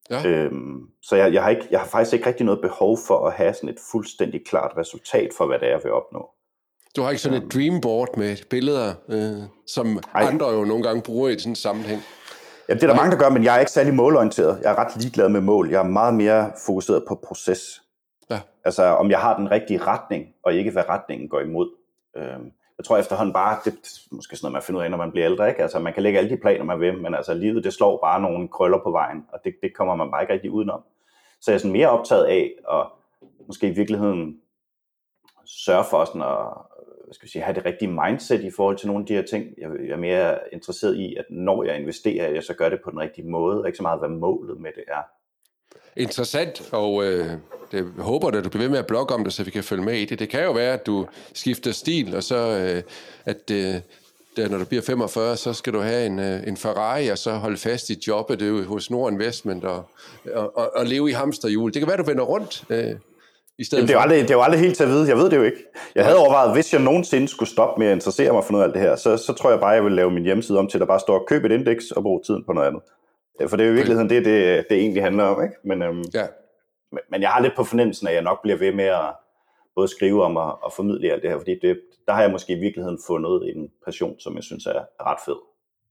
Ja. Så jeg har faktisk ikke rigtig noget behov for at have sådan et fuldstændig klart resultat for, hvad det er, jeg vil opnå. Du har ikke sådan et dreamboard med billeder, som andre jo nogle gange bruger i sådan en sammenhæng? Ja, det er der mange, der gør, men jeg er ikke særlig målorienteret. Jeg er ret ligeglad med mål. Jeg er meget mere fokuseret på proces. Ja. Altså, om jeg har den rigtige retning, og ikke hvad retningen går imod. Jeg tror efterhånden bare, det er måske sådan noget, man finder ud af, når man bliver ældre, ikke? Altså, man kan lægge alle de planer, man vil, men altså, livet, det slår bare nogle krøller på vejen, og det kommer man bare ikke rigtig udenom. Så jeg er sådan mere optaget af at måske i virkeligheden sørge for sådan at have det rigtige mindset i forhold til nogle af de her ting. Jeg er mere interesseret i, at når jeg investerer, jeg så gør det på den rigtige måde, og ikke så meget, hvad målet med det er. Interessant, og jeg håber, at du bliver ved med at blogge om det, så vi kan følge med i det. Det kan jo være, at du skifter stil, og så når du bliver 45, så skal du have en Ferrari, og så holde fast i jobbet hos Nord Investment og leve i hamsterhjul. Det kan være, du vender rundt i stedet. Jamen, det er jo aldrig helt til at vide. Jeg ved det jo ikke. Jeg havde overvejet, hvis jeg nogensinde skulle stoppe med at interessere mig for noget af det her, så tror jeg bare, jeg vil lave min hjemmeside om til, at der bare står, køb et indeks og brug tiden på noget andet. For det er jo i virkeligheden det egentlig handler om, ikke? Men jeg har lidt på fornemmelsen af, at jeg nok bliver ved med at både skrive om og formidle alt det her, fordi der har jeg måske i virkeligheden fundet en passion, som jeg synes er ret fed.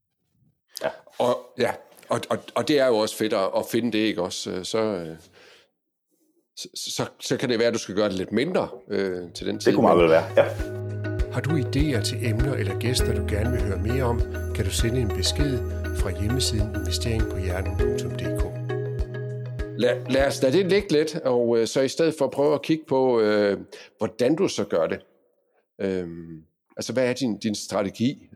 Ja. Og det er jo også fedt at finde det, ikke også? Så kan det være, at du skal gøre det lidt mindre til den tid. Det kunne meget vel være, ja. Har du idéer til emner eller gæster, du gerne vil høre mere om, kan du sende en besked fra hjemmesiden investeringpohjernen.dk. Lad os lade det ligge lidt, og så i stedet for at prøve at kigge på, hvordan du så gør det. Altså, hvad er din strategi?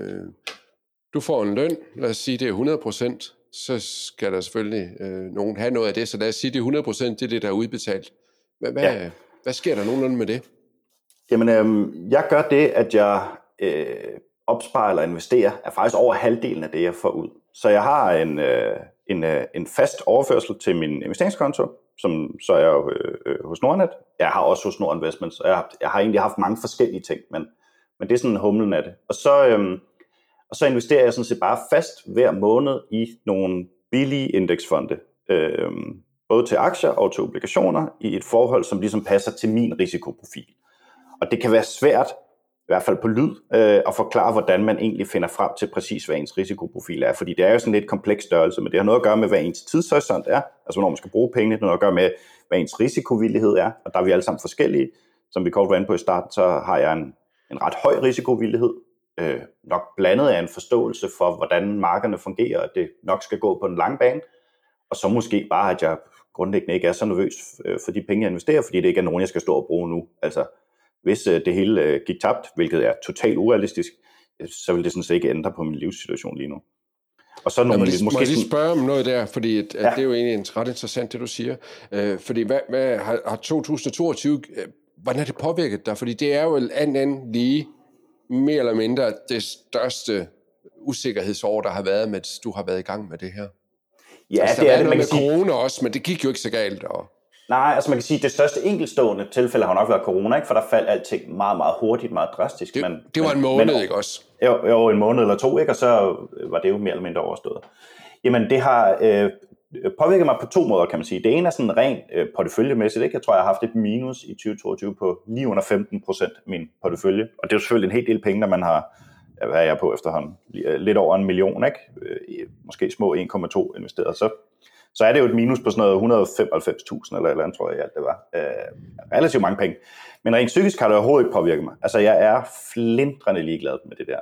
Du får en løn, lad os sige, det er 100%, så skal der selvfølgelig nogen have noget af det, så lad os sige, det er 100%, det er det, der er udbetalt. Hvad sker der nogenlunde med det? Jamen, jeg gør det, at jeg opsparer eller investerer, er faktisk over halvdelen af det, jeg får ud. Så jeg har en fast overførsel til min investeringskonto, som så er jo hos Nordnet. Jeg har også hos Nord Investments, og jeg har egentlig haft mange forskellige ting, men det er sådan humlen af det. Og så investerer jeg sådan set bare fast hver måned i nogle billige indeksfonde, både til aktier og til obligationer, i et forhold, som ligesom passer til min risikoprofil. Og det kan være svært, i hvert fald på lyd, at forklare, hvordan man egentlig finder frem til præcis, hvad ens risikoprofil er. Fordi det er jo sådan lidt kompleks størrelse, men det har noget at gøre med, hvad ens tidshorisont er, altså hvornår man skal bruge pengene, det har noget at gøre med, hvad ens risikovillighed er, og der er vi alle sammen forskellige. Som vi kort var inde på i starten, så har jeg en ret høj risikovillighed, nok blandet af en forståelse for, hvordan markederne fungerer, og det nok skal gå på en lang bane, og så måske bare, at jeg grundlæggende ikke er så nervøs for de penge, jeg investerer, fordi det ikke er nogen, jeg skal stå og bruge nu. Altså, hvis det hele gik tabt, hvilket er totalt urealistisk, så vil det sådan set ikke ændre på min livssituation lige nu. Og så nogle må jeg lige spørge om noget der, fordi det er jo egentlig ret interessant, det du siger. Fordi hvad har 2022, hvordan har det påvirket dig? Fordi det er jo anden lige mere eller mindre det største usikkerhedsår, der har været, mens du har været i gang med det her. Ja, altså, det er noget med corona også, men det gik jo ikke så galt. Nej, altså man kan sige, at det største enkeltstående tilfælde har nok været corona, ikke? For der faldt alting meget, meget hurtigt, meget drastisk. Det var en måned, ikke også? Jo, en måned eller to, ikke? Og så var det jo mere eller mindre overstået. Jamen, det har påvirket mig på to måder, kan man sige. Det ene er sådan rent porteføljemæssigt, ikke? Jeg tror, jeg har haft et minus i 2022 på lige under 15% af min portefølje. Og det er jo selvfølgelig en hel del penge, når man har, hvad er jeg på efterhånden? Lidt over 1 million, ikke? Måske små 1,2 investeret. Så er det jo et minus på sådan noget 195.000 eller et eller andet, tror jeg, det var. Relativt mange penge. Men rent psykisk har det overhovedet ikke påvirket mig. Altså, jeg er flindrende ligeglad med det der.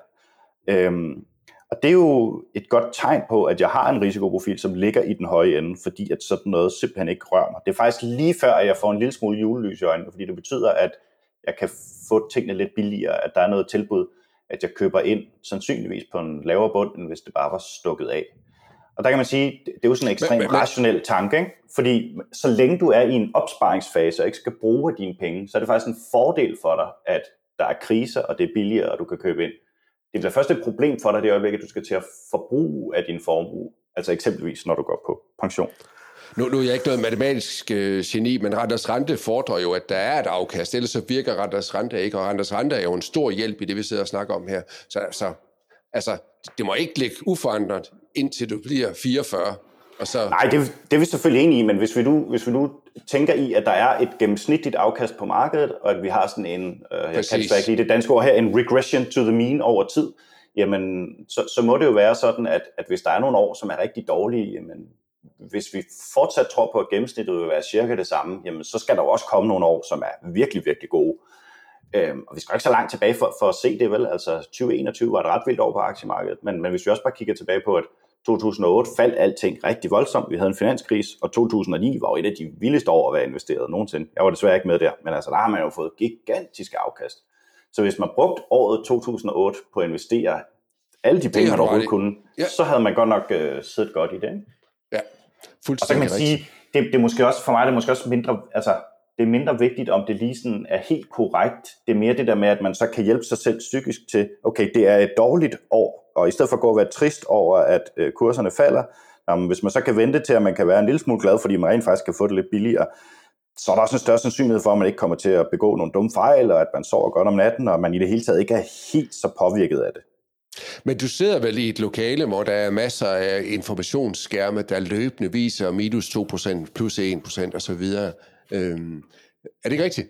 Og det er jo et godt tegn på, at jeg har en risikoprofil, som ligger i den høje ende, fordi at sådan noget simpelthen ikke rører mig. Det er faktisk lige før, at jeg får en lille smule julelys i øjnene, fordi det betyder, at jeg kan få tingene lidt billigere, at der er noget tilbud, at jeg køber ind sandsynligvis på en lavere bund, end hvis det bare var stukket af. Og der kan man sige, det er jo sådan en ekstremt rationel tanke, ikke? Fordi så længe du er i en opsparingsfase og ikke skal bruge dine penge, så er det faktisk en fordel for dig, at der er kriser, og det er billigere, og du kan købe ind. Det bliver først et problem for dig det øjeblik, at du skal til at forbruge af din formue, altså eksempelvis når du går på pension. Nu er jeg ikke noget matematisk geni, men renters rente fordrer jo, at der er et afkast, ellers så virker renters rente ikke, og renters rente er jo en stor hjælp i det, vi sidder og snakker om her. Så altså, det må ikke ligge uforandret, indtil du bliver 44, Og så... Nej, det er vi selvfølgelig enige i, men hvis vi nu tænker i, at der er et gennemsnitligt afkast på markedet, og at vi har sådan en, jeg kan ikke lige det danske ord her, en regression to the mean over tid, jamen så må det jo være sådan, at hvis der er nogle år, som er rigtig dårlige, jamen hvis vi fortsat tror på, at gennemsnittet vil være cirka det samme, jamen så skal der jo også komme nogle år, som er virkelig, virkelig gode. Og vi skal ikke så langt tilbage for at se det, vel? Altså 2021 var et ret vildt år på aktiemarkedet, men hvis vi også bare kigger tilbage på, at 2008 faldt alting rigtig voldsomt. Vi havde en finanskrise, og 2009 var jo et af de vildeste år at være investeret nogensinde. Jeg var desværre ikke med der, men altså der har man jo fået gigantiske afkast. Så hvis man brugte året 2008 på at investere alle de penge, man overhovedet kunne, så havde man godt nok siddet godt i det. Ikke? Ja, fuldstændig. Og så kan man sige, det er måske også, for mig er det måske også mindre, altså det er mindre vigtigt, om det lige sådan er helt korrekt. Det er mere det der med, at man så kan hjælpe sig selv psykisk til, okay, det er et dårligt år, og i stedet for at gå og være trist over, at kurserne falder, hvis man så kan vente til, at man kan være en lille smule glad, fordi man rent faktisk kan få det lidt billigere, så er der også en større sandsynlighed for, at man ikke kommer til at begå nogle dumme fejl, og at man sover godt om natten, og man i det hele taget ikke er helt så påvirket af det. Men du sidder vel i et lokale, hvor der er masser af informationsskærme, der løbende viser minus 2%, plus 1% osv. Er det ikke rigtigt?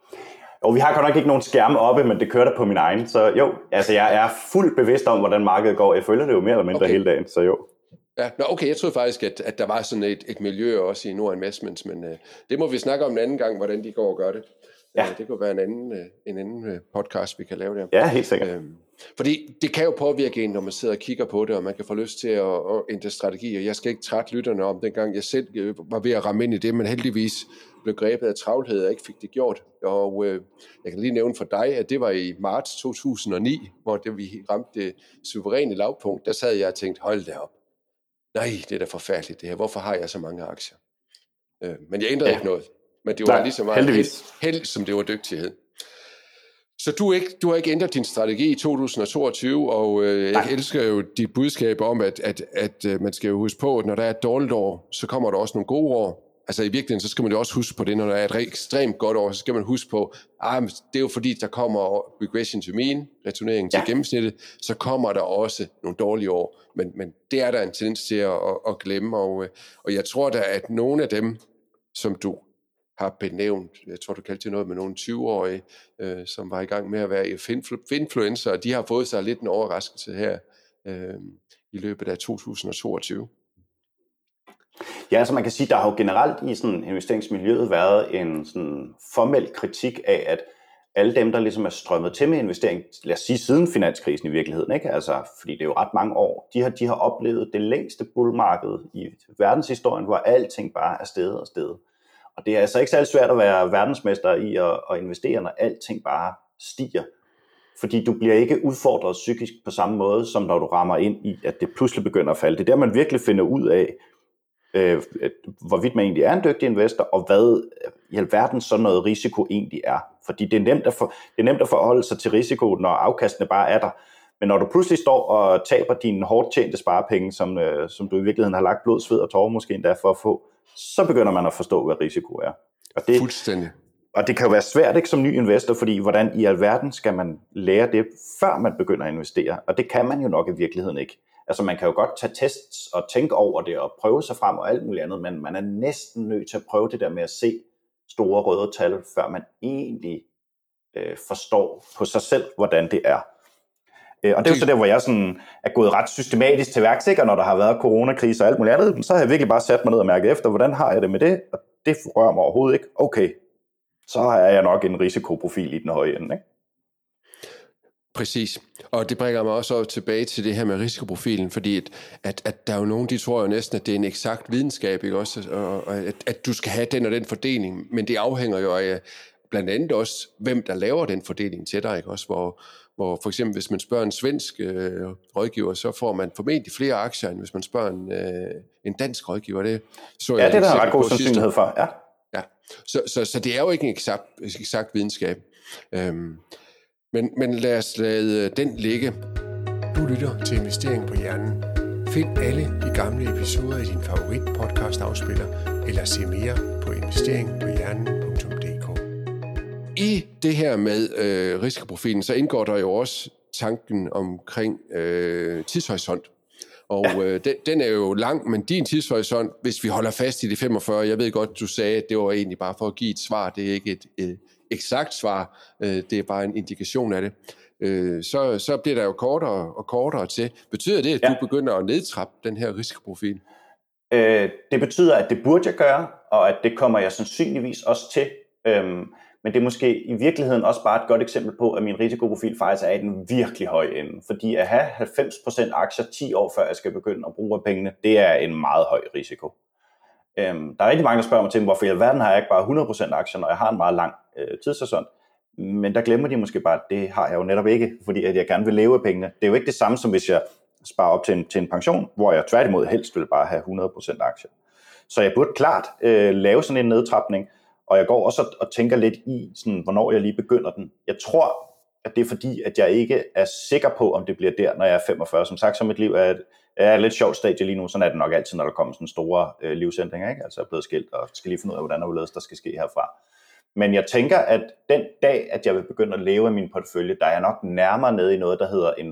Og vi har godt nok ikke nogen skærme oppe, men det kører der på min egen. Så jo, altså jeg er fuldt bevidst om, hvordan markedet går. Jeg følger det jo mere eller mindre hele dagen, så jo. Ja, okay, jeg troede faktisk, at der var sådan et miljø også i Nord Investments, men det må vi snakke om en anden gang, hvordan de går og gør det. Ja. Det kunne være en anden podcast, vi kan lave der. Ja, helt sikkert. Fordi det kan jo påvirke en, når man sidder og kigger på det, og man kan få lyst til at ændre strategier. Jeg skal ikke trætte lytterne om, dengang jeg selv var ved at ramme ind i det, men heldigvis blev grebet af travlhed, og ikke fik det gjort. Og jeg kan lige nævne for dig, at det var i marts 2009, hvor vi ramte det suveræne lavpunkt. Der sad jeg og tænkte, hold da op. Nej, det er da forfærdeligt det her. Hvorfor har jeg så mange aktier? Men jeg ændrede ikke noget. Men det var lige så meget held, som det var dygtighed. Så du har ikke ændret din strategi i 2022, og jeg elsker jo dit budskab om, at man skal jo huske på, at når der er et dårligt år, så kommer der også nogle gode år. Altså i virkeligheden, så skal man jo også huske på det, når der er et ekstremt godt år, så skal man huske på, det er jo fordi, der kommer regression to mean, returnering til gennemsnittet, så kommer der også nogle dårlige år. Men det er der en tendens til at glemme, og jeg tror da, at nogle af dem, som du har benævnt, jeg tror, du kaldte det noget med nogle 20-årige, som var i gang med at være influencer, og de har fået sig lidt en overraskelse her i løbet af 2022. Ja, altså man kan sige, der har jo generelt i sådan investeringsmiljøet været en sådan formel kritik af, at alle dem, der ligesom er strømmet til med investering, lad os sige siden finanskrisen i virkeligheden, ikke? Altså, fordi det er jo ret mange år, de har oplevet det længste bullmarked i verdenshistorien, hvor alting bare er steget og steget. Og det er altså ikke særlig svært at være verdensmester i at investere, når alting bare stiger. Fordi du bliver ikke udfordret psykisk på samme måde, som når du rammer ind i, at det pludselig begynder at falde. Det er der, man virkelig finder ud af, hvorvidt man egentlig er en dygtig investor, og hvad i alverden sådan noget risiko egentlig er. Fordi det er nemt at forholde sig til risiko, når afkastene bare er der. Men når du pludselig står og taber dine hårdt tjente sparepenge, som du i virkeligheden har lagt blod, sved og tårer måske endda for at få, så begynder man at forstå, hvad risiko er. Fuldstændig. Og det kan jo være svært ikke som ny investor, fordi hvordan i alverden skal man lære det, før man begynder at investere? Og det kan man jo nok i virkeligheden ikke. Altså man kan jo godt tage tests og tænke over det og prøve sig frem og alt muligt andet, men man er næsten nødt til at prøve det der med at se store røde tal, før man egentlig forstår på sig selv, hvordan det er. Og det er jo så der, hvor jeg sådan er gået ret systematisk til værks, ikke? Og når der har været coronakrise og alt muligt andet, så har jeg virkelig bare sat mig ned og mærket efter, hvordan har jeg det med det? Og det rører mig overhovedet ikke. Okay, så har jeg nok en risikoprofil i den høje ende, ikke? Præcis. Og det bringer mig også tilbage til det her med risikoprofilen, fordi at der er jo nogen, de tror jo næsten, at det er en eksakt videnskab, ikke også? Og at du skal have den og den fordeling, men det afhænger jo af blandt andet også, hvem der laver den fordeling til dig, ikke også? Hvor for eksempel, hvis man spørger en svensk rådgiver, så får man formentlig flere aktier, end hvis man spørger en dansk rådgiver. Det er der ret god sandsynlighed for, ja. Ja. Så det er jo ikke en eksakt videnskab. Men lad os lade den ligge. Du lytter til Investering på Hjernen. Find alle de gamle episoder i din favorit podcast afspiller, eller se mere på investeringpohjernen.dk. I det her med risikoprofilen, så indgår der jo også tanken omkring tidshorisont. Og den er jo lang, men din tidshorisont, hvis vi holder fast i de 45, jeg ved godt, du sagde, at det var egentlig bare for at give et svar, det er ikke et eksakt svar, det er bare en indikation af det. Så bliver der jo kortere og kortere til. Betyder det, at du begynder at nedtrappe den her risikoprofil? Det betyder, at det burde jeg gøre, og at det kommer jeg sandsynligvis også til. Men det er måske i virkeligheden også bare et godt eksempel på, at min risikoprofil faktisk er i den virkelig høje ende. Fordi at have 90% aktier 10 år før jeg skal begynde at bruge pengene, det er en meget høj risiko. Der er rigtig mange, der spørger mig til, hvorfor i alverden har jeg ikke bare 100% aktier, når jeg har en meget lang tidshorisont. Men der glemmer de måske bare, at det har jeg jo netop ikke, fordi at jeg gerne vil leve af pengene. Det er jo ikke det samme, som hvis jeg sparer op til en pension, hvor jeg tværtimod helst vil bare have 100% aktier. Så jeg burde klart lave sådan en nedtrapning, og jeg går også og tænker lidt i, sådan, hvornår jeg lige begynder den. Jeg tror, at det er fordi, at jeg ikke er sikker på, om det bliver der, når jeg er 45. Som sagt, så mit liv er et lidt sjovt stadie lige nu. Sådan er det nok altid, når der kommer sådan store livsændringer. Ikke? Altså jeg er blevet skilt, og skal lige finde ud af, hvordan der skal ske herfra. Men jeg tænker, at den dag, at jeg vil begynde at leve af min portefølje, der er jeg nok nærmere nede i noget, der hedder en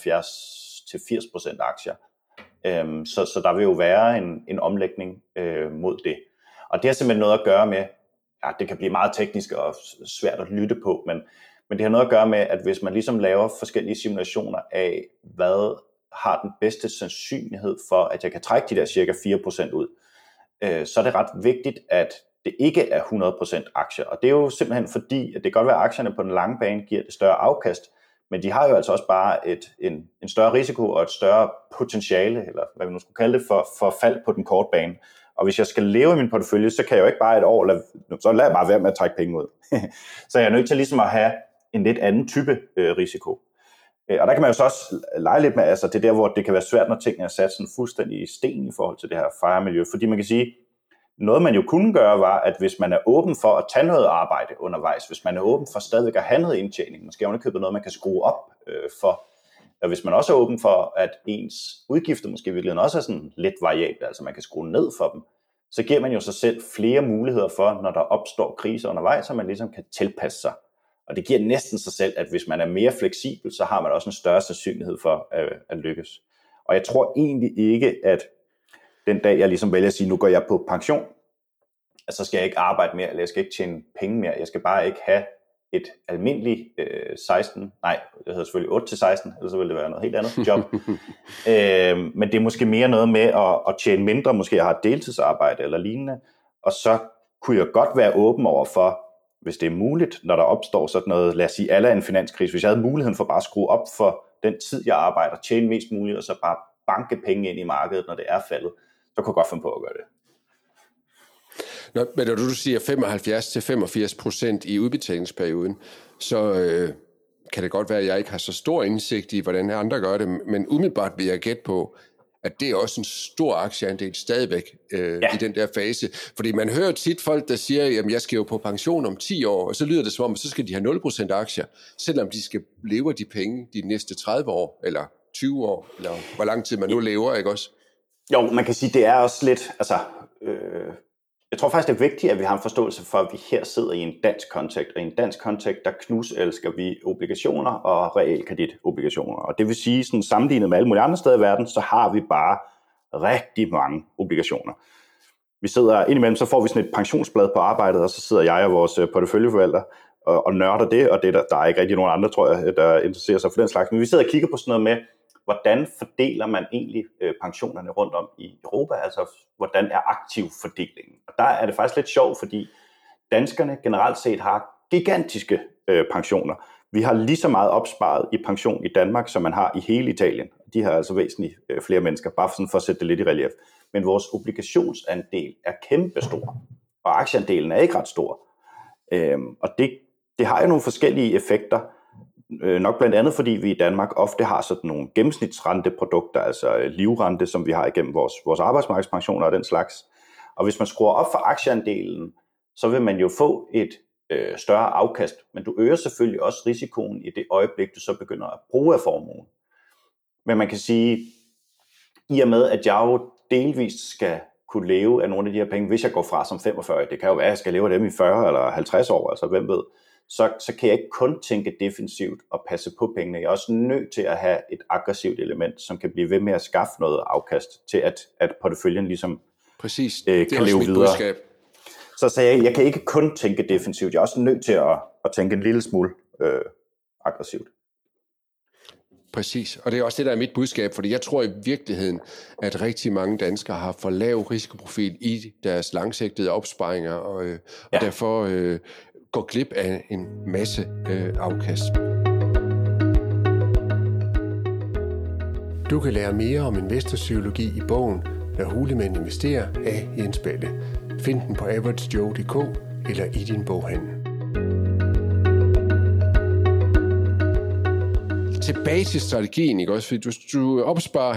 75-80% aktier. Så der vil jo være en omlægning mod det. Og det har simpelthen noget at gøre med, det kan blive meget teknisk og svært at lytte på, men det har noget at gøre med, at hvis man ligesom laver forskellige simulationer af, hvad har den bedste sandsynlighed for, at jeg kan trække de der cirka 4% ud, så er det ret vigtigt, at det ikke er 100% aktier. Og det er jo simpelthen fordi, at det kan godt være, at aktierne på den lange bane giver det større afkast, men de har jo altså også bare en større risiko og et større potentiale, eller hvad vi nu skulle kalde det, for fald på den korte bane. Og hvis jeg skal leve i min portefølje, så kan jeg jo ikke bare et år, så lader jeg bare være med at trække penge ud. Så jeg er nødt til ligesom at have en lidt anden type risiko. Og der kan man jo så også lege lidt med, altså det er der, hvor det kan være svært, når tingene er sat sådan fuldstændig i sten i forhold til det her FIRE-miljø. Fordi man kan sige, noget man jo kunne gøre var, at hvis man er åben for at tage noget arbejde undervejs, hvis man er åben for stadigvæk at have noget indtjening, måske ovenikøbet noget, man kan skrue op for, og hvis man også er åben for, at ens udgifter måske i virkeligheden også er sådan lidt variable, altså man kan skrue ned for dem, så giver man jo sig selv flere muligheder for, når der opstår kriser undervejs, så man ligesom kan tilpasse sig. Og det giver næsten sig selv, at hvis man er mere fleksibel, så har man også en større sandsynlighed for at lykkes. Og jeg tror egentlig ikke, at den dag, jeg ligesom vælger at sige, nu går jeg på pension, så skal jeg ikke arbejde mere, eller jeg skal ikke tjene penge mere. Jeg skal bare ikke have et almindeligt 16, nej, det hedder selvfølgelig 8-16, ellers så vil det være noget helt andet job. Men det er måske mere noget med at tjene mindre, måske jeg har et deltidsarbejde eller lignende, og så kunne jeg godt være åben over for, hvis det er muligt, når der opstår sådan noget, lad os sige, alla en finanskrise, hvis jeg havde muligheden for bare at skrue op for den tid, jeg arbejder, tjene mest muligt, og så bare banke penge ind i markedet, når det er faldet, så kunne jeg godt finde på at gøre det. Men når du siger 75-85% i udbetalingsperioden, så kan det godt være, at jeg ikke har så stor indsigt i, hvordan andre gør det, men umiddelbart vil jeg gætte på, at det er også en stor aktieandel stadigvæk i den der fase. Fordi man hører tit folk, der siger, jamen jeg skal jo på pension om 10 år, og så lyder det som om, så skal de have 0% aktier, selvom de skal leve af de penge de næste 30 år, eller 20 år, eller hvor lang tid man nu lever, ikke også? Jo, man kan sige, det er også lidt, altså, jeg tror faktisk, det er vigtigt, at vi har en forståelse for, at vi her sidder i en dansk kontekst, og i en dansk kontekst, der knuselsker vi obligationer og realkreditobligationer. Og det vil sige, sådan sammenlignet med alle mulige andre steder i verden, så har vi bare rigtig mange obligationer. Vi sidder indimellem, så får vi sådan et pensionsblad på arbejdet, og så sidder jeg og vores porteføljeforvalter og nørder det, og det der er ikke rigtig nogen andre, tror jeg, der interesserer sig for den slags. Men vi sidder og kigger på sådan noget med, hvordan fordeler man egentlig pensionerne rundt om i Europa, altså hvordan er aktiv fordelingen. Og der er det faktisk lidt sjovt, fordi danskerne generelt set har gigantiske pensioner. Vi har lige så meget opsparet i pension i Danmark, som man har i hele Italien. De har altså væsentligt flere mennesker, bare sådan for at sætte det lidt i relief. Men vores obligationsandel er kæmpestor, og aktieandelen er ikke ret stor. Og det har jo nogle forskellige effekter, nok blandt andet fordi vi i Danmark ofte har sådan nogle gennemsnitsrenteprodukter, altså livrente, som vi har igennem vores arbejdsmarkedspensioner og den slags. Og hvis man skruer op for aktieandelen, så vil man jo få et større afkast, men du øger selvfølgelig også risikoen i det øjeblik, du så begynder at bruge af formuen. Men man kan sige, i og med at jeg jo delvist skal kunne leve af nogle af de her penge, hvis jeg går fra som 45, det kan jo være, at jeg skal leve af dem i 40 eller 50 år, altså hvem ved, så kan jeg ikke kun tænke defensivt og passe på pengene. Jeg er også nødt til at have et aggressivt element, som kan blive ved med at skaffe noget afkast til, at porteføljen ligesom Præcis. Det kan leve videre. Budskab. Så jeg kan ikke kun tænke defensivt. Jeg er også nødt til at tænke en lille smule aggressivt. Præcis, og det er også det, der er mit budskab, fordi jeg tror i virkeligheden, at rigtig mange danskere har for lav risikoprofil i deres langsigtede opsparinger, og derfor går glip af en masse afkast. Du kan lære mere om investorpsykologi i bogen Når hulemænd investerer af Jens Balle. Find den på averagejoe.dk eller i din boghandel. Tilbage til strategien, ikke også? Fordi du opsparer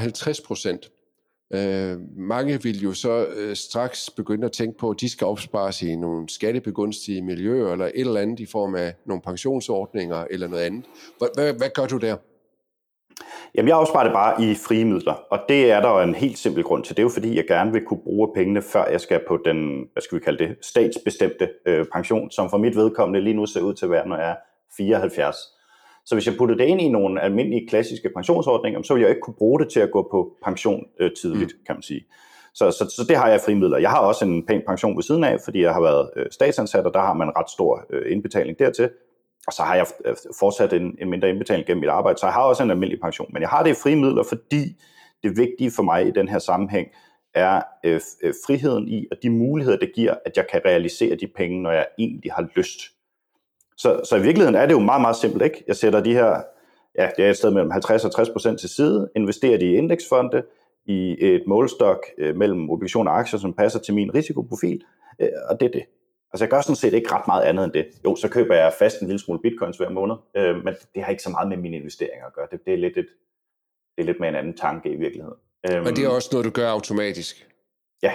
50%. Mange vil jo så straks begynde at tænke på, at de skal opspares i nogle skattebegunstige miljøer, eller et eller andet i form af nogle pensionsordninger, eller noget andet. Hvad gør du der? Jamen, jeg opsparer det bare i frie midler, og det er der en helt simpel grund til. Det er jo fordi, jeg gerne vil kunne bruge pengene, før jeg skal på den, hvad skal vi kalde det, statsbestemte pension, som for mit vedkommende lige nu ser ud til at være, når jeg er 74. Så hvis jeg putter det ind i nogle almindelige klassiske pensionsordninger, så vil jeg ikke kunne bruge det til at gå på pension tidligt, kan man sige. Så det har jeg i frie midler. Jeg har også en pæn pension ved siden af, fordi jeg har været statsansat, og der har man ret stor indbetaling dertil. Og så har jeg fortsat en mindre indbetaling gennem mit arbejde, så jeg har også en almindelig pension. Men jeg har det i frie midler, fordi det vigtige for mig i den her sammenhæng er friheden i, og de muligheder, det giver, at jeg kan realisere de penge, når jeg egentlig har lyst. Så i virkeligheden er det jo meget, meget simpelt, ikke? Jeg sætter de her, det er et sted mellem 50 og 60% til side, investerer de i indeksfonde, i et målestok mellem obligationer og aktier, som passer til min risikoprofil, og det er det. Altså jeg gør sådan set ikke ret meget andet end det. Jo, så køber jeg fast en lille smule bitcoins hver måned, men det har ikke så meget med mine investeringer at gøre. Det er lidt med en anden tanke i virkeligheden. Men det er også noget, du gør automatisk? Ja.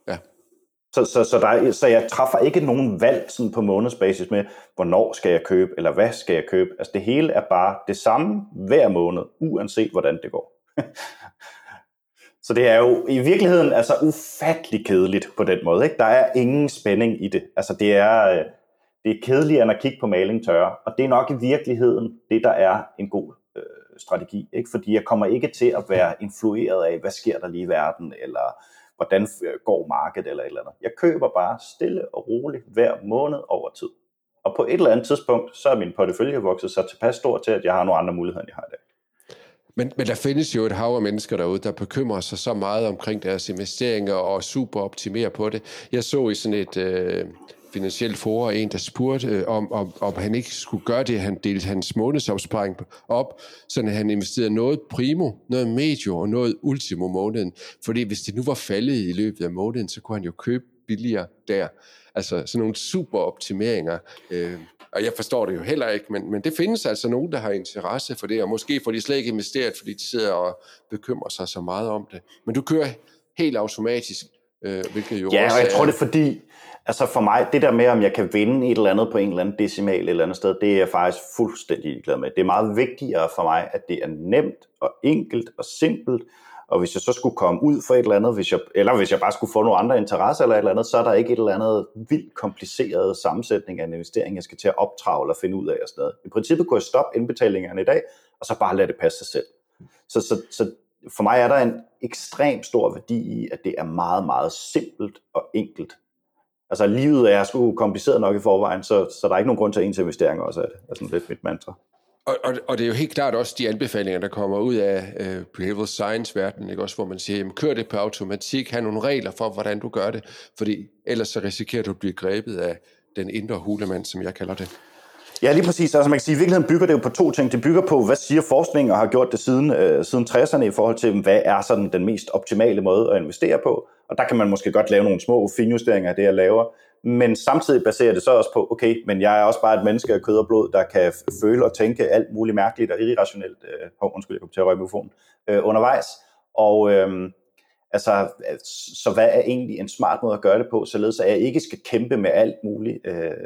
Så jeg træffer ikke nogen valg sådan på månedsbasis med, hvornår skal jeg købe, eller hvad skal jeg købe. Altså det hele er bare det samme hver måned, uanset hvordan det går. Så det er jo i virkeligheden altså ufattelig kedeligt på den måde, ikke? Der er ingen spænding i det. Altså det er kedeligere end at kigge på maling tørre, og det er nok i virkeligheden det, der er en god strategi, ikke? Fordi jeg kommer ikke til at være influeret af, hvad sker der lige i verden, eller hvordan går markedet eller et eller andet. Jeg køber bare stille og roligt hver måned over tid. Og på et eller andet tidspunkt, så er min portefølje vokset så tilpas stor til, at jeg har nogle andre muligheder, end jeg har i dag. Men der findes jo et hav af mennesker derude, der bekymrer sig så meget omkring deres investeringer og super optimerer på det. Jeg så i sådan et finansielt forum en, der spurgte om han ikke skulle gøre det, han delte hans månedsopsparing op, så han investerede noget primo, noget medio og noget ultimo måneden. Fordi hvis det nu var faldet i løbet af måneden, så kunne han jo købe billigere der. Altså sådan nogle super optimeringer. Og jeg forstår det jo heller ikke, men det findes altså nogen, der har interesse for det, og måske får de slet ikke investeret, fordi de sidder og bekymrer sig så meget om det. Men du kører helt automatisk, hvilket jo ja, også og jeg tror det er fordi, altså for mig, det der med, om jeg kan vinde et eller andet på en eller anden decimal et eller andet sted, det er jeg faktisk fuldstændig glad med. Det er meget vigtigere for mig, at det er nemt og enkelt og simpelt, og hvis jeg så skulle komme ud for et eller andet, hvis jeg bare skulle få nogle andre interesser eller et eller andet, så er der ikke et eller andet vildt kompliceret sammensætning af en investering, jeg skal til at optravle og finde ud af og sådan noget. I princippet kunne jeg stoppe indbetalingerne i dag, og så bare lade det passe sig selv. Så for mig er der en ekstremt stor værdi i, at det er meget, meget simpelt og enkelt. Altså livet er sgu kompliceret nok i forvejen, så der er ikke nogen grund til at ens investeringer også af det. Det er sådan lidt mit mantra. Og det er jo helt klart også de anbefalinger, der kommer ud af behavioral science-verdenen, ikke? Også hvor man siger, jamen, kør det på automatik, have nogle regler for, hvordan du gør det, fordi ellers så risikerer du at blive grebet af den indre hulemand, som jeg kalder det. Ja, lige præcis. Altså man kan sige, i virkeligheden bygger det jo på to ting. Det bygger på, hvad siger forskningen, og har gjort det siden 60'erne i forhold til, hvad er sådan den mest optimale måde at investere på. Og der kan man måske godt lave nogle små finjusteringer af det, jeg laver. Men samtidig baserer det så også på, okay, men jeg er også bare et menneske af kød og blod, der kan føle og tænke alt muligt mærkeligt og irrationelt, jeg kom til at røge mikrofonen, undervejs. Og altså, så hvad er egentlig en smart måde at gøre det på, således at jeg ikke skal kæmpe med alt muligt,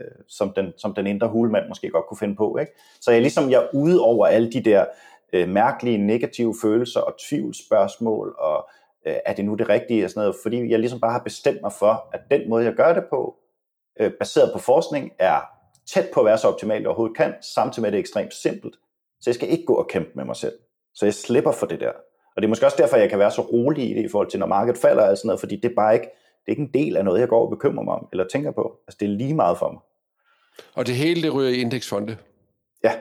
som den indre hulemand måske godt kunne finde på, ikke? Så jeg er ude over alle de der mærkelige, negative følelser og tvivlsspørgsmål, og er det nu det rigtige og sådan noget, fordi jeg ligesom bare har bestemt mig for, at den måde, jeg gør det på, baseret på forskning, er tæt på at være så optimalt jeg overhovedet kan, samtidig med at det er ekstremt simpelt. Så jeg skal ikke gå og kæmpe med mig selv. Så jeg slipper for det der. Og det er måske også derfor, jeg kan være så rolig i det i forhold til, når markedet falder og sådan noget, fordi det er bare ikke, det er ikke en del af noget, jeg går og bekymrer mig om, eller tænker på. Altså det er lige meget for mig. Og det hele, det ryger i indeksfonde? Ja.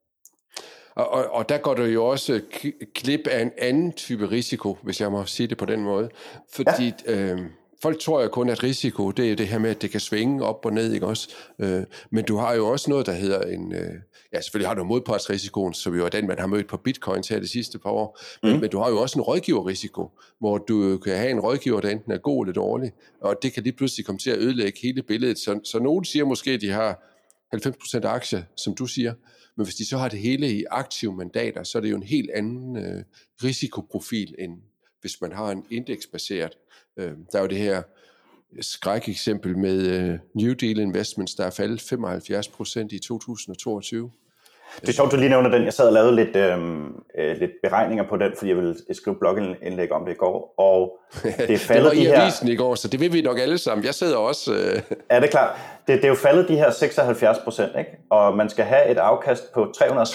Og der går du jo også klip af en anden type risiko, hvis jeg må sige det på den måde. Fordi folk tror jo kun, at risiko, det er det her med, at det kan svinge op og ned, ikke også? Men du har jo også noget, der hedder en... Ja, selvfølgelig har du modpartsrisikoen, som jo er den, man har mødt på bitcoins her de sidste par år. Men du har jo også en rådgiverrisiko, hvor du kan have en rådgiver, der enten er god eller dårlig. Og det kan lige pludselig komme til at ødelægge hele billedet. Så nogen siger måske, at de har 90% af aktier, som du siger. Men hvis de så har det hele i aktive mandater, så er det jo en helt anden risikoprofil, end hvis man har en indeksbaseret. Der er jo det her skrækeksempel med New Deal Investments, der er faldet 75% i 2022. Det er sjovt, du lige nævner den. Jeg sad og lavede lidt beregninger på den, fordi jeg ville skrive blogindlæg om det i går. Og det er faldet det var i avisen i går, så det vil vi nok alle sammen. Jeg sidder også... Ja, det er klart. Det er jo faldet de her 76%, ikke? Og man skal have et afkast på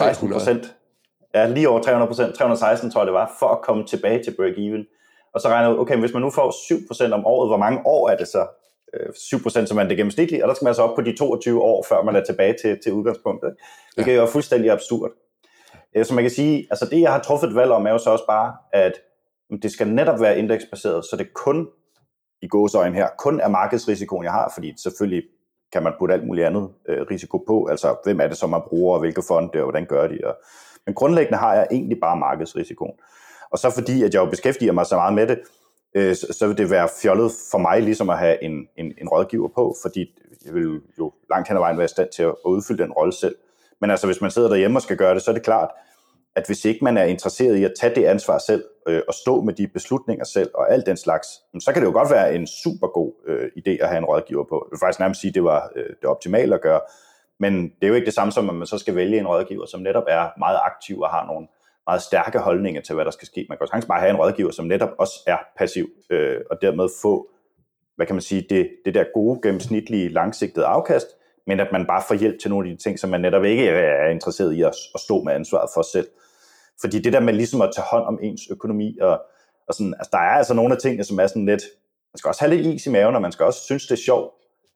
316%. Ja, lige over 300%. 316 tror jeg det var, for at komme tilbage til break-even. Og så regner jeg ud, okay, hvis man nu får 7% om året, hvor mange år er det så? 7%, som er det gennemsnitlige, og der skal man så op på de 22 år, før man er tilbage til udgangspunktet. Det kan jo være fuldstændig absurd. Så man kan sige, altså det, jeg har truffet et valg om, er jo så også bare, at det skal netop være indeksbaseret, så det kun, i gåseøjne her, kun er markedsrisikoen, jeg har, fordi selvfølgelig kan man putte alt muligt andet risiko på, altså hvem er det, som man bruger, og hvilke fonde, og hvordan gør de. Men grundlæggende har jeg egentlig bare markedsrisikoen. Og så fordi, at jeg jo beskæftiger mig så meget med det, så vil det være fjollet for mig ligesom at have en rådgiver på, fordi jeg vil jo langt hen ad vejen være i stand til at udfylde den rolle selv. Men altså, hvis man sidder derhjemme og skal gøre det, så er det klart, at hvis ikke man er interesseret i at tage det ansvar selv, og stå med de beslutninger selv, og alt den slags, så kan det jo godt være en super god idé at have en rådgiver på. Jeg vil faktisk nærmest sige, at det var det optimale at gøre, men det er jo ikke det samme som, at man så skal vælge en rådgiver, som netop er meget aktiv og har nogle meget stærke holdninger til, hvad der skal ske. Man kan også bare have en rådgiver, som netop også er passiv, og dermed få, hvad kan man sige, det der gode, gennemsnitlige, langsigtede afkast, men at man bare får hjælp til nogle af de ting, som man netop ikke er interesseret i at stå med ansvaret for selv. Fordi det der med ligesom at tage hånd om ens økonomi, og sådan, altså der er altså nogle af tingene, som er sådan lidt, man skal også have lidt is i maven, og man skal også synes, det er sjovt.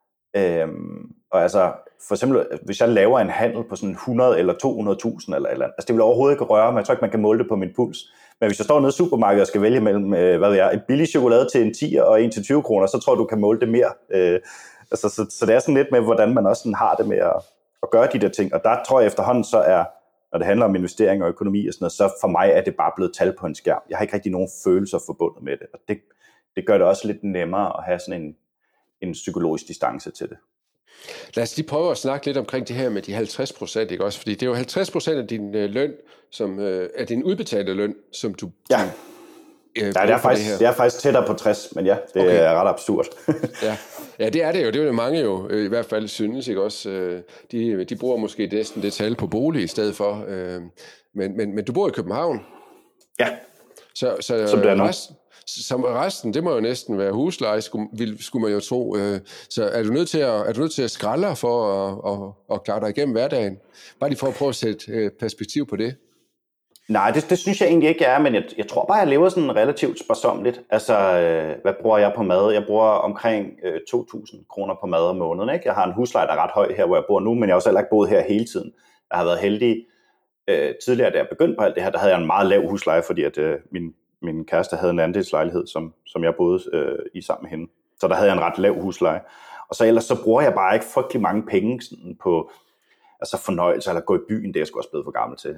Og altså, for eksempel, hvis jeg laver en handel på sådan 100 eller 200.000 eller altså det vil overhovedet ikke røre mig. Jeg tror ikke, man kan måle det på min puls. Men hvis jeg står nede i supermarkedet og skal vælge mellem, en billig chokolade til en 10 og en til 20 kroner, så tror jeg, du kan måle det mere. Altså, så det er sådan lidt med, hvordan man også sådan har det med at gøre de der ting. Og der tror jeg efterhånden, så er, når det handler om investering og økonomi og sådan noget, så for mig er det bare blevet tal på en skærm. Jeg har ikke rigtig nogen følelser forbundet med det. Og det gør det også lidt nemmere at have sådan en psykologisk distance til det. Lad os lige prøve at snakke lidt omkring det her med de 50%, ikke også? Fordi det er jo 50% af din løn, som er din udbetalte løn, som du... Ja, det er faktisk tættere på 60, men ja, det okay. Er ret absurd. Ja, det er det jo. Det er jo mange jo i hvert fald synes, ikke også? De bruger måske næsten det tal på bolig i stedet for. Men du bor i København. Ja, så som det er nu. Som resten, det må jo næsten være husleje, skulle man jo tro. Så er du nødt til at skralde for at klare dig igennem hverdagen? Bare lige for at prøve at sætte perspektiv på det. Nej, det synes jeg egentlig ikke, jeg er, men jeg tror bare, jeg lever sådan relativt sparsomligt. Altså, hvad bruger jeg på mad? Jeg bruger omkring 2.000 kroner på mad om måneden. Ikke? Jeg har en husleje, der er ret høj her, hvor jeg bor nu, men jeg har også heller ikke boet her hele tiden. Jeg har været heldig. Tidligere, da jeg begyndte på alt det her, der havde jeg en meget lav husleje, fordi at min kæreste havde en andelslejlighed, som jeg boede i sammen med hende. Så der havde jeg en ret lav husleje. Og så ellers så bruger jeg bare ikke frygtelig mange penge sådan på altså fornøjelse, eller gå i byen, det er jeg sgu også blevet for gammel til.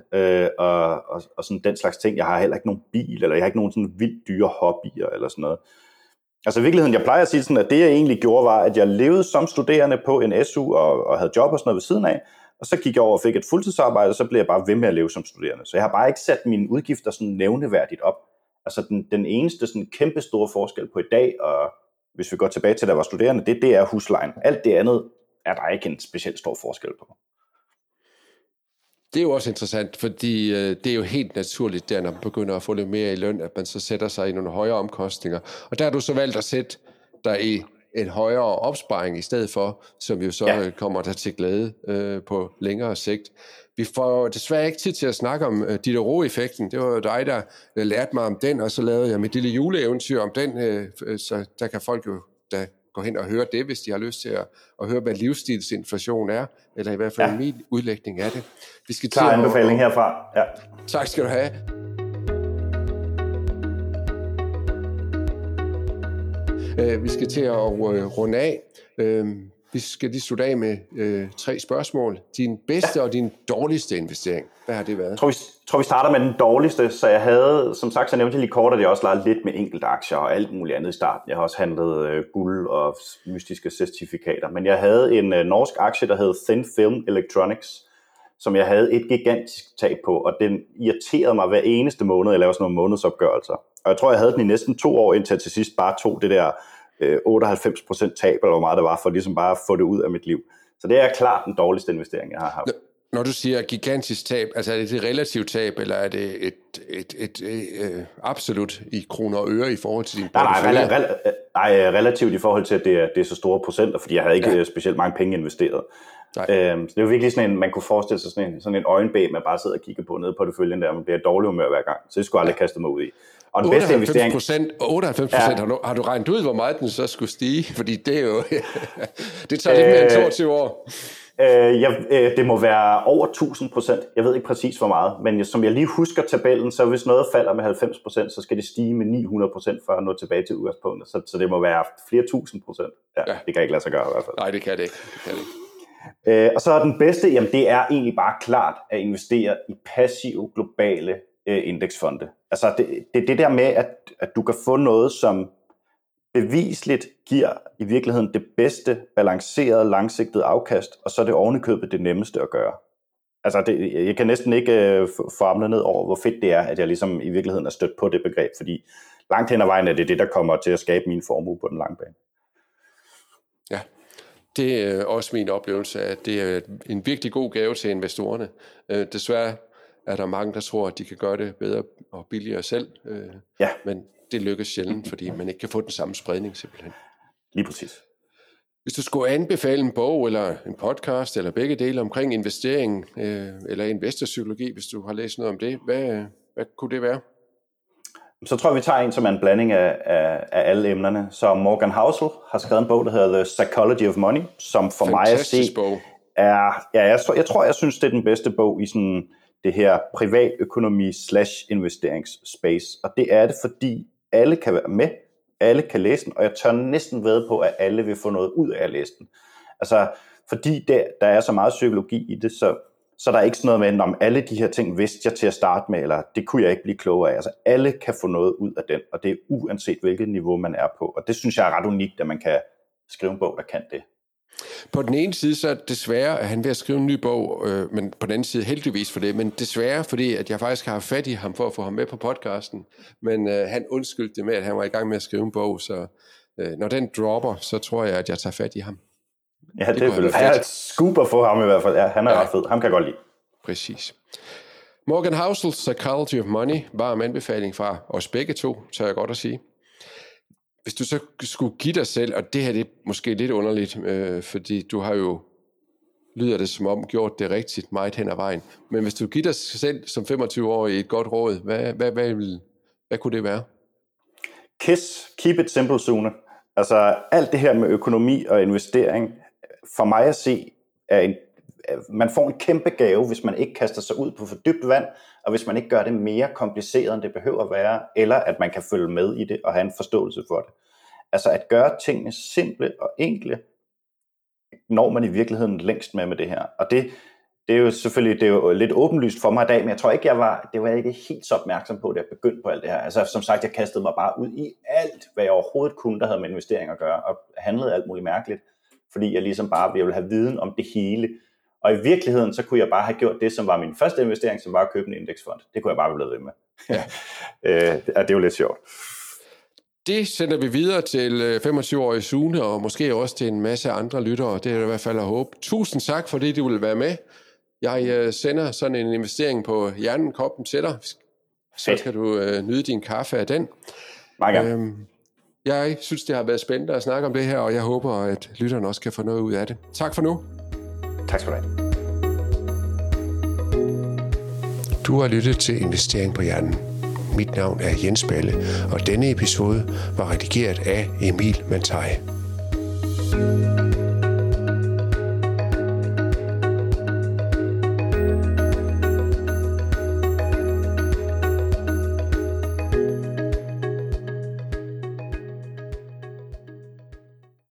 Og sådan den slags ting. Jeg har heller ikke nogen bil, eller jeg har ikke nogen sådan vildt dyre hobbyer, eller sådan noget. Altså i virkeligheden, jeg plejer at sige sådan, at det jeg egentlig gjorde, var, at jeg levede som studerende på en SU, og havde job og sådan noget ved siden af, og så gik jeg over og fik et fuldtidsarbejde, og så blev jeg bare ved med at leve som studerende. Så jeg har bare ikke sat mine udgifter sådan nævneværdigt op. Altså den eneste sådan kæmpe store forskel på i dag, og hvis vi går tilbage til, da jeg var studerende, det er huslejen. Alt det andet er der ikke en specielt stor forskel på. Det er jo også interessant, fordi det er jo helt naturligt, der når man begynder at få lidt mere i løn, at man så sætter sig i nogle højere omkostninger. Og der har du så valgt at sætte dig i en højere opsparing i stedet for, som jo så kommer der til glæde på længere sigt. Vi får desværre ikke tid til at snakke om Diderot-effekten. Det var jo dig, der lærte mig om den, og så lavede jeg mit lille juleeventyr om den, så der kan folk jo da gå hen og høre det, hvis de har lyst til at høre, hvad livsstilsinflation er, eller i hvert fald min udlægning af det. Vi skal klar anbefaling herfra. Ja. Tak skal du have. Vi skal til at runde af. Vi skal lige slutte af med 3 spørgsmål. Din bedste og din dårligste investering. Hvad har det været? Jeg tror, vi starter med den dårligste. Så jeg havde, som sagt, så nævnte jeg lige kort, at jeg også legede lidt med enkelte aktier og alt muligt andet i starten. Jeg har også handlet guld og mystiske certifikater. Men jeg havde en norsk aktie, der hed Thin Film Electronics, som jeg havde et gigantisk tab på, og den irriterede mig hver eneste måned. Jeg lavede sådan nogle månedsopgørelser. Og jeg tror, jeg havde den i næsten 2 år, indtil jeg til sidst bare tog det der 98% tab, eller hvor meget det var, for ligesom bare at få det ud af mit liv. Så det er klart den dårligste investering, jeg har haft. Når du siger gigantisk tab, altså er det et relativt tab, eller er det et absolut i kroner og øre i forhold til din portefølje? Nej, relativt i forhold til, at det er så store procenter, fordi jeg havde ikke specielt mange penge investeret. Så det er jo virkelig sådan en, man kunne forestille sig sådan en øjenbæg, man bare sidder og kigger på nede på porteføljen der, man bliver dårlig humør hver gang. Så det skulle jeg aldrig kaste mig ud i. Og den bedste investering... 98%, har du regnet ud, hvor meget den så skulle stige? Fordi det er jo... det tager lidt mere end 22 år. Det må være over 1000%. Jeg ved ikke præcis hvor meget, men som jeg lige husker tabellen, så hvis noget falder med 90%, så skal det stige med 900% for at nå tilbage til udgangspunktet. Så det må være flere 1000%. Ja, det kan ikke lade sig gøre i hvert fald. Nej, det kan det ikke. Og så er den bedste, jamen det er egentlig bare klart at investere i passive globale indeksfonde. Altså det der med, at du kan få noget, som bevisligt giver i virkeligheden det bedste balancerede, langsigtede afkast, og så er det ovenikøbet det nemmeste at gøre. Altså jeg kan næsten ikke famle ned over, hvor fedt det er, at jeg ligesom i virkeligheden er stødt på det begreb, fordi langt hen ad vejen er det, der kommer til at skabe min formue på den lange bane. Ja, det er også min oplevelse, at det er en virkelig god gave til investorerne. Desværre er der mange, der tror, at de kan gøre det bedre og billigere selv, men det lykkes sjældent, fordi man ikke kan få den samme spredning simpelthen. Lige præcis. Hvis du skulle anbefale en bog eller en podcast eller begge dele omkring investering eller investorpsykologi, hvis du har læst noget om det, hvad kunne det være? Så tror jeg, vi tager en, som er en blanding af alle emnerne. Så Morgan Housel har skrevet en bog, der hedder The Psychology of Money, som for mig at se er... Jeg synes, det er den bedste bog i sådan det her privatøkonomi/investeringsspace. Og det er det, fordi alle kan være med, alle kan læse den, og jeg tør næsten vædde på, at alle vil få noget ud af at læse den. Altså, fordi der er så meget psykologi i det, så der er ikke sådan noget med, om alle de her ting vidste jeg til at starte med, eller det kunne jeg ikke blive klogere af. Altså, alle kan få noget ud af den, og det er uanset hvilket niveau man er på. Og det synes jeg er ret unikt, at man kan skrive en bog, der kan det. På den ene side, så desværre er han ved at skrive en ny bog, men på den anden side heldigvis for det, men desværre fordi, at jeg faktisk har fat i ham for at få ham med på podcasten, men han undskyldte det med, at han var i gang med at skrive en bog, så når den dropper, så tror jeg, at jeg tager fat i ham. Ja, det er et scoop at få ham i hvert fald. Ja, han er ret fed. Ham kan jeg godt lide. Præcis. Morgan Housel, Psychology of Money, varm anbefaling fra os begge to, tør jeg godt at sige. Hvis du så skulle give dig selv, og det her det er måske lidt underligt, fordi du har jo, lyder det som om, gjort det rigtigt meget hen ad vejen, men hvis du giver dig selv som 25-årig et godt råd, hvad kunne det være? Keep it simple, Sune. Altså alt det her med økonomi og investering, for mig at se, man får en kæmpe gave, hvis man ikke kaster sig ud på for dybt vand, og hvis man ikke gør det mere kompliceret, end det behøver at være, eller at man kan følge med i det og have en forståelse for det. Altså at gøre tingene simple og enkle, når man i virkeligheden længst med det her. Og det er jo selvfølgelig lidt åbenlyst for mig i dag, men jeg tror ikke, det var ikke helt så opmærksom på, da jeg begyndte på alt det her. Altså som sagt, jeg kastede mig bare ud i alt, hvad jeg overhovedet kunne, der havde med investering at gøre, og handlede alt muligt mærkeligt, fordi jeg ligesom bare ville have viden om det hele. Og i virkeligheden, så kunne jeg bare have gjort det, som var min første investering, som var at købe en indeksfond. Det kunne jeg bare have blevet ved med. Ja. Det er jo lidt sjovt. Det sender vi videre til 25-årige Sune, og måske også til en masse andre lyttere. Det er i hvert fald at håbe. Tusind tak, fordi du vil være med. Jeg sender sådan en investering på hjernen-koppen til dig. Så kan du nyde din kaffe af den. Mange gange. Jeg synes, det har været spændende at snakke om det her, og jeg håber, at lytterne også kan få noget ud af det. Tak for nu. Tak skal du have. Du har lyttet til Investering på Hjernen. Mit navn er Jens Balle, og denne episode var redigeret af Emil Mantai.